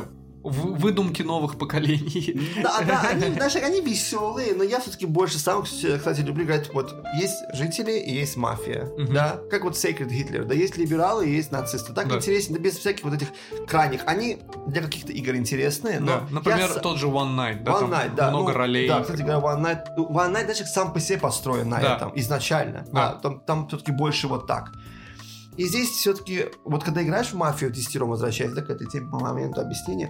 выдумки новых поколений. Да, они веселые, но я все-таки больше сам, кстати, люблю играть. Вот есть жители и есть мафия, да, как вот Sacred Hitler, да, есть либералы и есть нацисты. Так интереснее, да, без всяких вот этих крайних. Они для каких-то игр интересные, но... Да. Например, тот же One Night, да, One Night, да, много ролей. Да, кстати говоря, One Night даже сам по себе построен на этом изначально. Да. Там все-таки больше вот так. И здесь все-таки, вот когда играешь в мафию, в 10 возвращаясь, да, к этой теме, по моменту объяснения,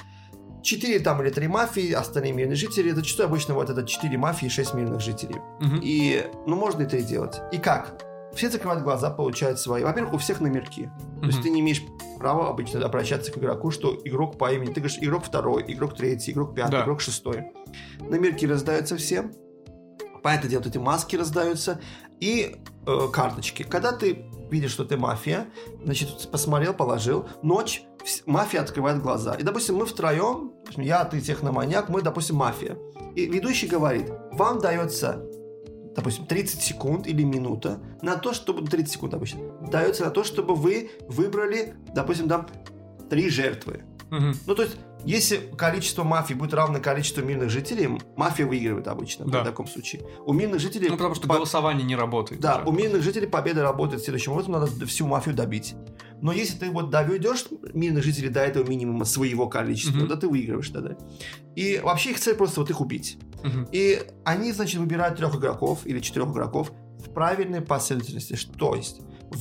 4 там или 3 мафии, остальные мирные жители, зачастую обычно вот это 4 мафии и 6 мирных жителей. И, можно и 3 делать. И как? Все закрывают глаза, получают свои. Во-первых, у всех номерки. То есть ты не имеешь права обычно обращаться к игроку, что игрок по имени. Ты говоришь, игрок 2, игрок 3, игрок 5, игрок 6. Номерки раздаются всем. Понятное дело, эти маски раздаются. И карточки. Когда ты видишь, что ты мафия, значит, посмотрел, положил, ночь, мафия открывает глаза. И, допустим, мы втроем, я, ты, техноманьяк, мы, допустим, мафия. И ведущий говорит, вам дается, допустим, 30 секунд или минута на то, чтобы... 30 секунд обычно. Дается на то, чтобы вы выбрали, допустим, там 3 жертвы. Ну, то есть, если количество мафий будет равно количеству мирных жителей, мафия выигрывает обычно в таком случае. У мирных жителей... Ну, потому что голосование не работает. Да, у мирных жителей победа работает следующим образом, надо всю мафию добить. Но если ты вот доведешь мирных жителей до этого минимума своего количества, то ты выигрываешь тогда. И вообще их цель просто вот их убить. И они, значит, выбирают 3 игроков или 4 игроков в правильной последовательности. То есть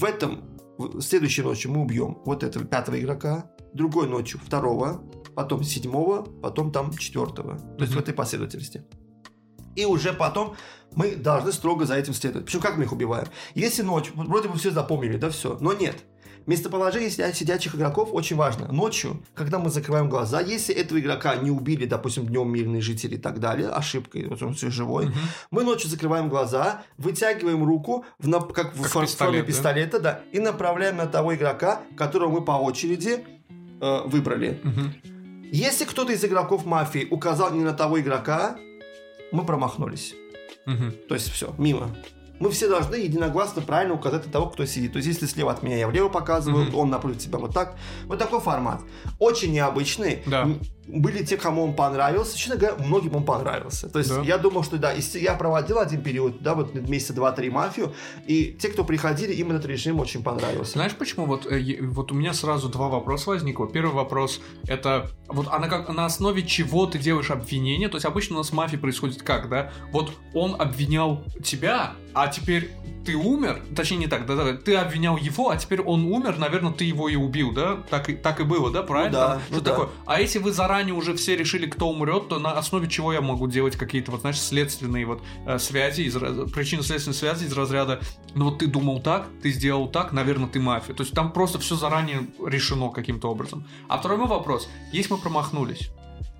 следующей ночью мы убьем вот этого 5 игрока, другой ночью 2, потом 7, потом там 4. То есть в этой последовательности. И уже потом мы должны строго за этим следовать. Причем как мы их убиваем? Если ночью, вроде бы все запомнили, да, все, но нет. Местоположение сидячих игроков очень важно. Ночью, когда мы закрываем глаза, если этого игрока не убили, допустим, днем мирные жители и так далее, ошибкой, вот он все живой, мы ночью закрываем глаза, вытягиваем руку, как в форме пистолета, да, и направляем на того игрока, которого мы по очереди выбрали. Если кто-то из игроков мафии указал не на того игрока, мы промахнулись. То есть все, мимо. Мы все должны единогласно правильно указать на того, кто сидит. То есть, если слева от меня, я влево показываю, он напротив тебя вот так. Вот такой формат. Очень необычный. Да. Были те, кому он понравился. Честно говоря, многим он понравился. То есть, я думал, что да, я проводил один период, да, вот месяца 2-3 мафию, и те, кто приходили, им этот режим очень понравился. Знаешь, почему? Вот у меня сразу 2 вопроса возникло. Первый вопрос, это вот на основе чего ты делаешь обвинение? То есть, обычно у нас в мафии происходит как, да? Вот он обвинял тебя, а теперь ты умер, точнее не так, да, ты обвинял его, а теперь он умер, наверное, ты его и убил, да? Так и было, да, правильно? Что такое? А если вы заранее уже все решили, кто умрет, то на основе чего я могу делать какие-то, вот, знаешь, следственные вот связи, причинно-следственные связи из разряда, ну вот ты думал так, ты сделал так, наверное, ты мафия. То есть там просто все заранее решено каким-то образом. А второй мой вопрос, если мы промахнулись,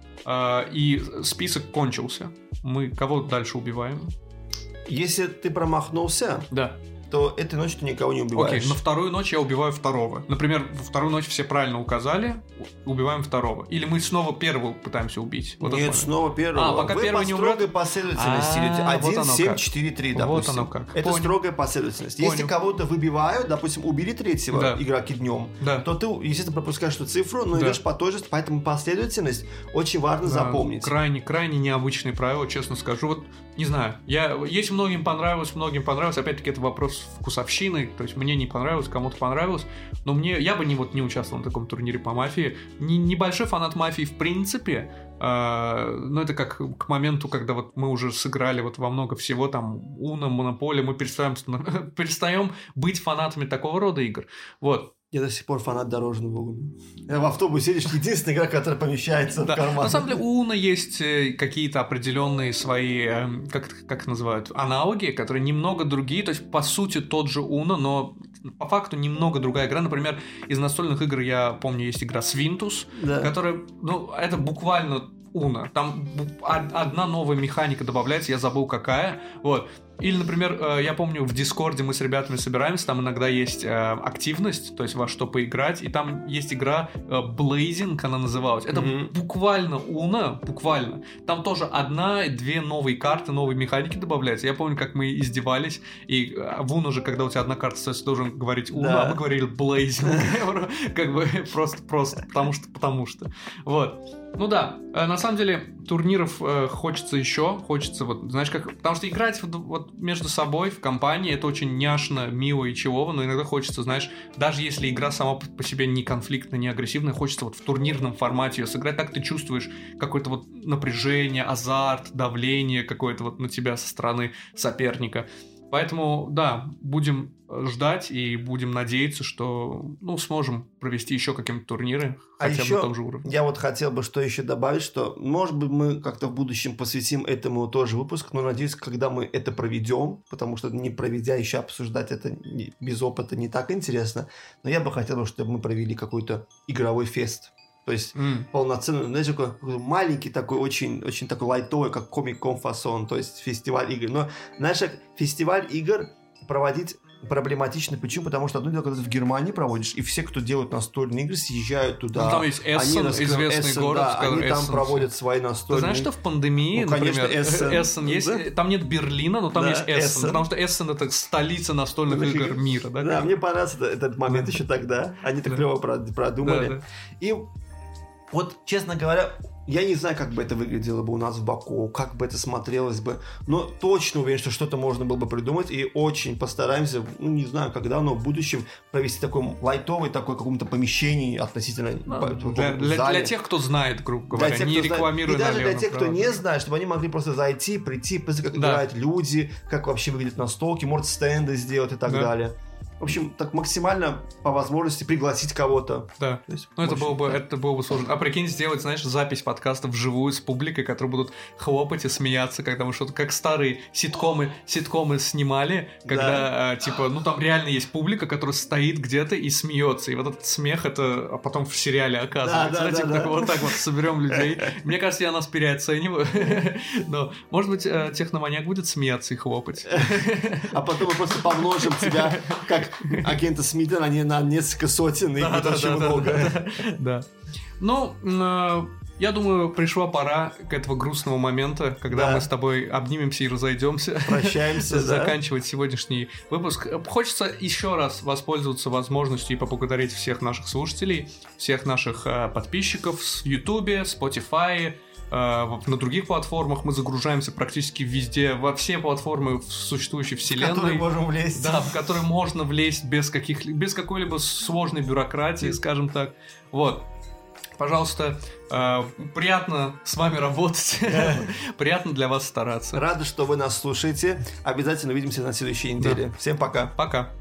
и список кончился, мы кого дальше убиваем? Если ты промахнулся, да, то этой ночью ты никого не убиваешь. Окей, на вторую ночь я убиваю 2. Например, во вторую ночь все правильно указали, убиваем 2. Или мы снова 1 пытаемся убить? Вот нет, снова 1. Пока вы 1 не умрет? Строгой последовательности идете. 1, 7, 4, 3, допустим. Вот оно как. Это строгая последовательность. Понял. Если кого-то выбивают, допустим, убили 3-го игроки днем, то ты, естественно, пропускаешь эту цифру, но идешь по той же, поэтому последовательность очень важно запомнить. Крайне необычные правила, честно скажу. Вот, не знаю, если многим понравилось, опять-таки это вопрос вкусовщины, то есть мне не понравилось, кому-то понравилось, но я бы не участвовал на таком турнире по мафии. Небольшой фанат мафии в принципе, но это как к моменту, когда вот мы уже сыграли вот во много всего, там, Uno, Monopoly, мы перестаем быть фанатами такого рода игр. Вот. Я до сих пор фанат дорожного Uno. В автобусе едешь, единственная игра, которая помещается в карман. На самом деле у Uno есть какие-то определенные свои, как называют, аналоги, которые немного другие, то есть по сути тот же Uno, но по факту немного другая игра. Например, из настольных игр я помню есть игра Свинтус, которая, это буквально Uno. Там одна новая механика добавляется, я забыл какая, вот. Или, например, я помню, в Дискорде мы с ребятами собираемся, там иногда есть активность, то есть во что поиграть, и там есть игра Blazing, она называлась. Это буквально Uno, буквально. Там тоже 1-2 новые карты, новые механики добавляются. Я помню, как мы издевались, и в Uno же, когда у тебя одна карта, ты должен говорить Uno, а мы говорили Blazing. Как бы просто, потому что. Вот. Ну да, на самом деле турниров хочется еще, вот, знаешь, как, потому что играть вот между собой в компании это очень няшно, мило и чего, но иногда хочется, знаешь, даже если игра сама по себе не конфликтная, не агрессивная, хочется вот в турнирном формате ее сыграть, так ты чувствуешь какое-то вот напряжение, азарт, давление какое-то вот на тебя со стороны соперника. Поэтому, да, будем ждать и будем надеяться, что, сможем провести еще какие-то турниры, хотя бы на том же уровне. Я вот хотел бы что еще добавить, что, может быть, мы как-то в будущем посвятим этому тоже выпуск, но, надеюсь, когда мы это проведем, потому что не проведя еще обсуждать это без опыта не так интересно, но я бы хотел, чтобы мы провели какой-то игровой фест. То есть полноценный, знаешь, такой маленький, такой очень, очень такой лайтовый, как Comic-Con фасон, то есть фестиваль игр. Но, знаешь, фестиваль игр проводить проблематично. Почему? Потому что одно дело, когда ты в Германии проводишь, и все, кто делают настольные игры, съезжают туда. Там есть Эссен, известный город. Да, они там проводят свои настольные. Ты знаешь, что в пандемии, например, Эссен есть, да? Там нет Берлина, но там есть Эссен, потому что Эссен — это столица настольных игр мира. Да, мне понравился этот момент еще тогда. Они так клево продумали. И вот, честно говоря, я не знаю, как бы это выглядело бы у нас в Баку, как бы это смотрелось бы, но точно уверен, что что-то можно было бы придумать, и очень постараемся, не знаю, когда, но в будущем провести такой лайтовый, такой каком-то помещении относительно для тех, кто знает, грубо говоря, не рекламируя. И даже для тех, кто не знает, чтобы они могли просто зайти, прийти, посмотреть, как играют люди, как вообще выглядят настолки, может, стенды сделать и так далее. В общем, так максимально по возможности пригласить кого-то. Да. Это было бы сложно. А прикинь, сделать, знаешь, запись подкаста вживую с публикой, которые будут хлопать и смеяться, когда мы что-то, как старые ситкомы снимали, когда, там реально есть публика, которая стоит где-то и смеется. И вот этот смех, это потом в сериале оказывается. Вот так вот соберем людей. Мне кажется, я нас переоцениваю. Но, может быть, техноманьяк будет смеяться и хлопать. А потом мы просто помножим тебя, как агента Смита, на несколько сотен, и это очень много. Да. Я думаю, пришла пора к этого грустного момента, когда мы с тобой обнимемся и разойдемся. Прощаемся, заканчивать сегодняшний выпуск. Хочется еще раз воспользоваться возможностью и поблагодарить всех наших слушателей, всех наших подписчиков в Ютубе, Spotify, на других платформах. Мы загружаемся практически везде, во все платформы существующей вселенной. В которые можем влезть. Да, в которые можно влезть без какой-либо сложной бюрократии, скажем так. Вот. Пожалуйста, приятно с вами работать. Приятно для вас стараться. Рады, что вы нас слушаете. Обязательно увидимся на следующей неделе. Всем пока. Пока.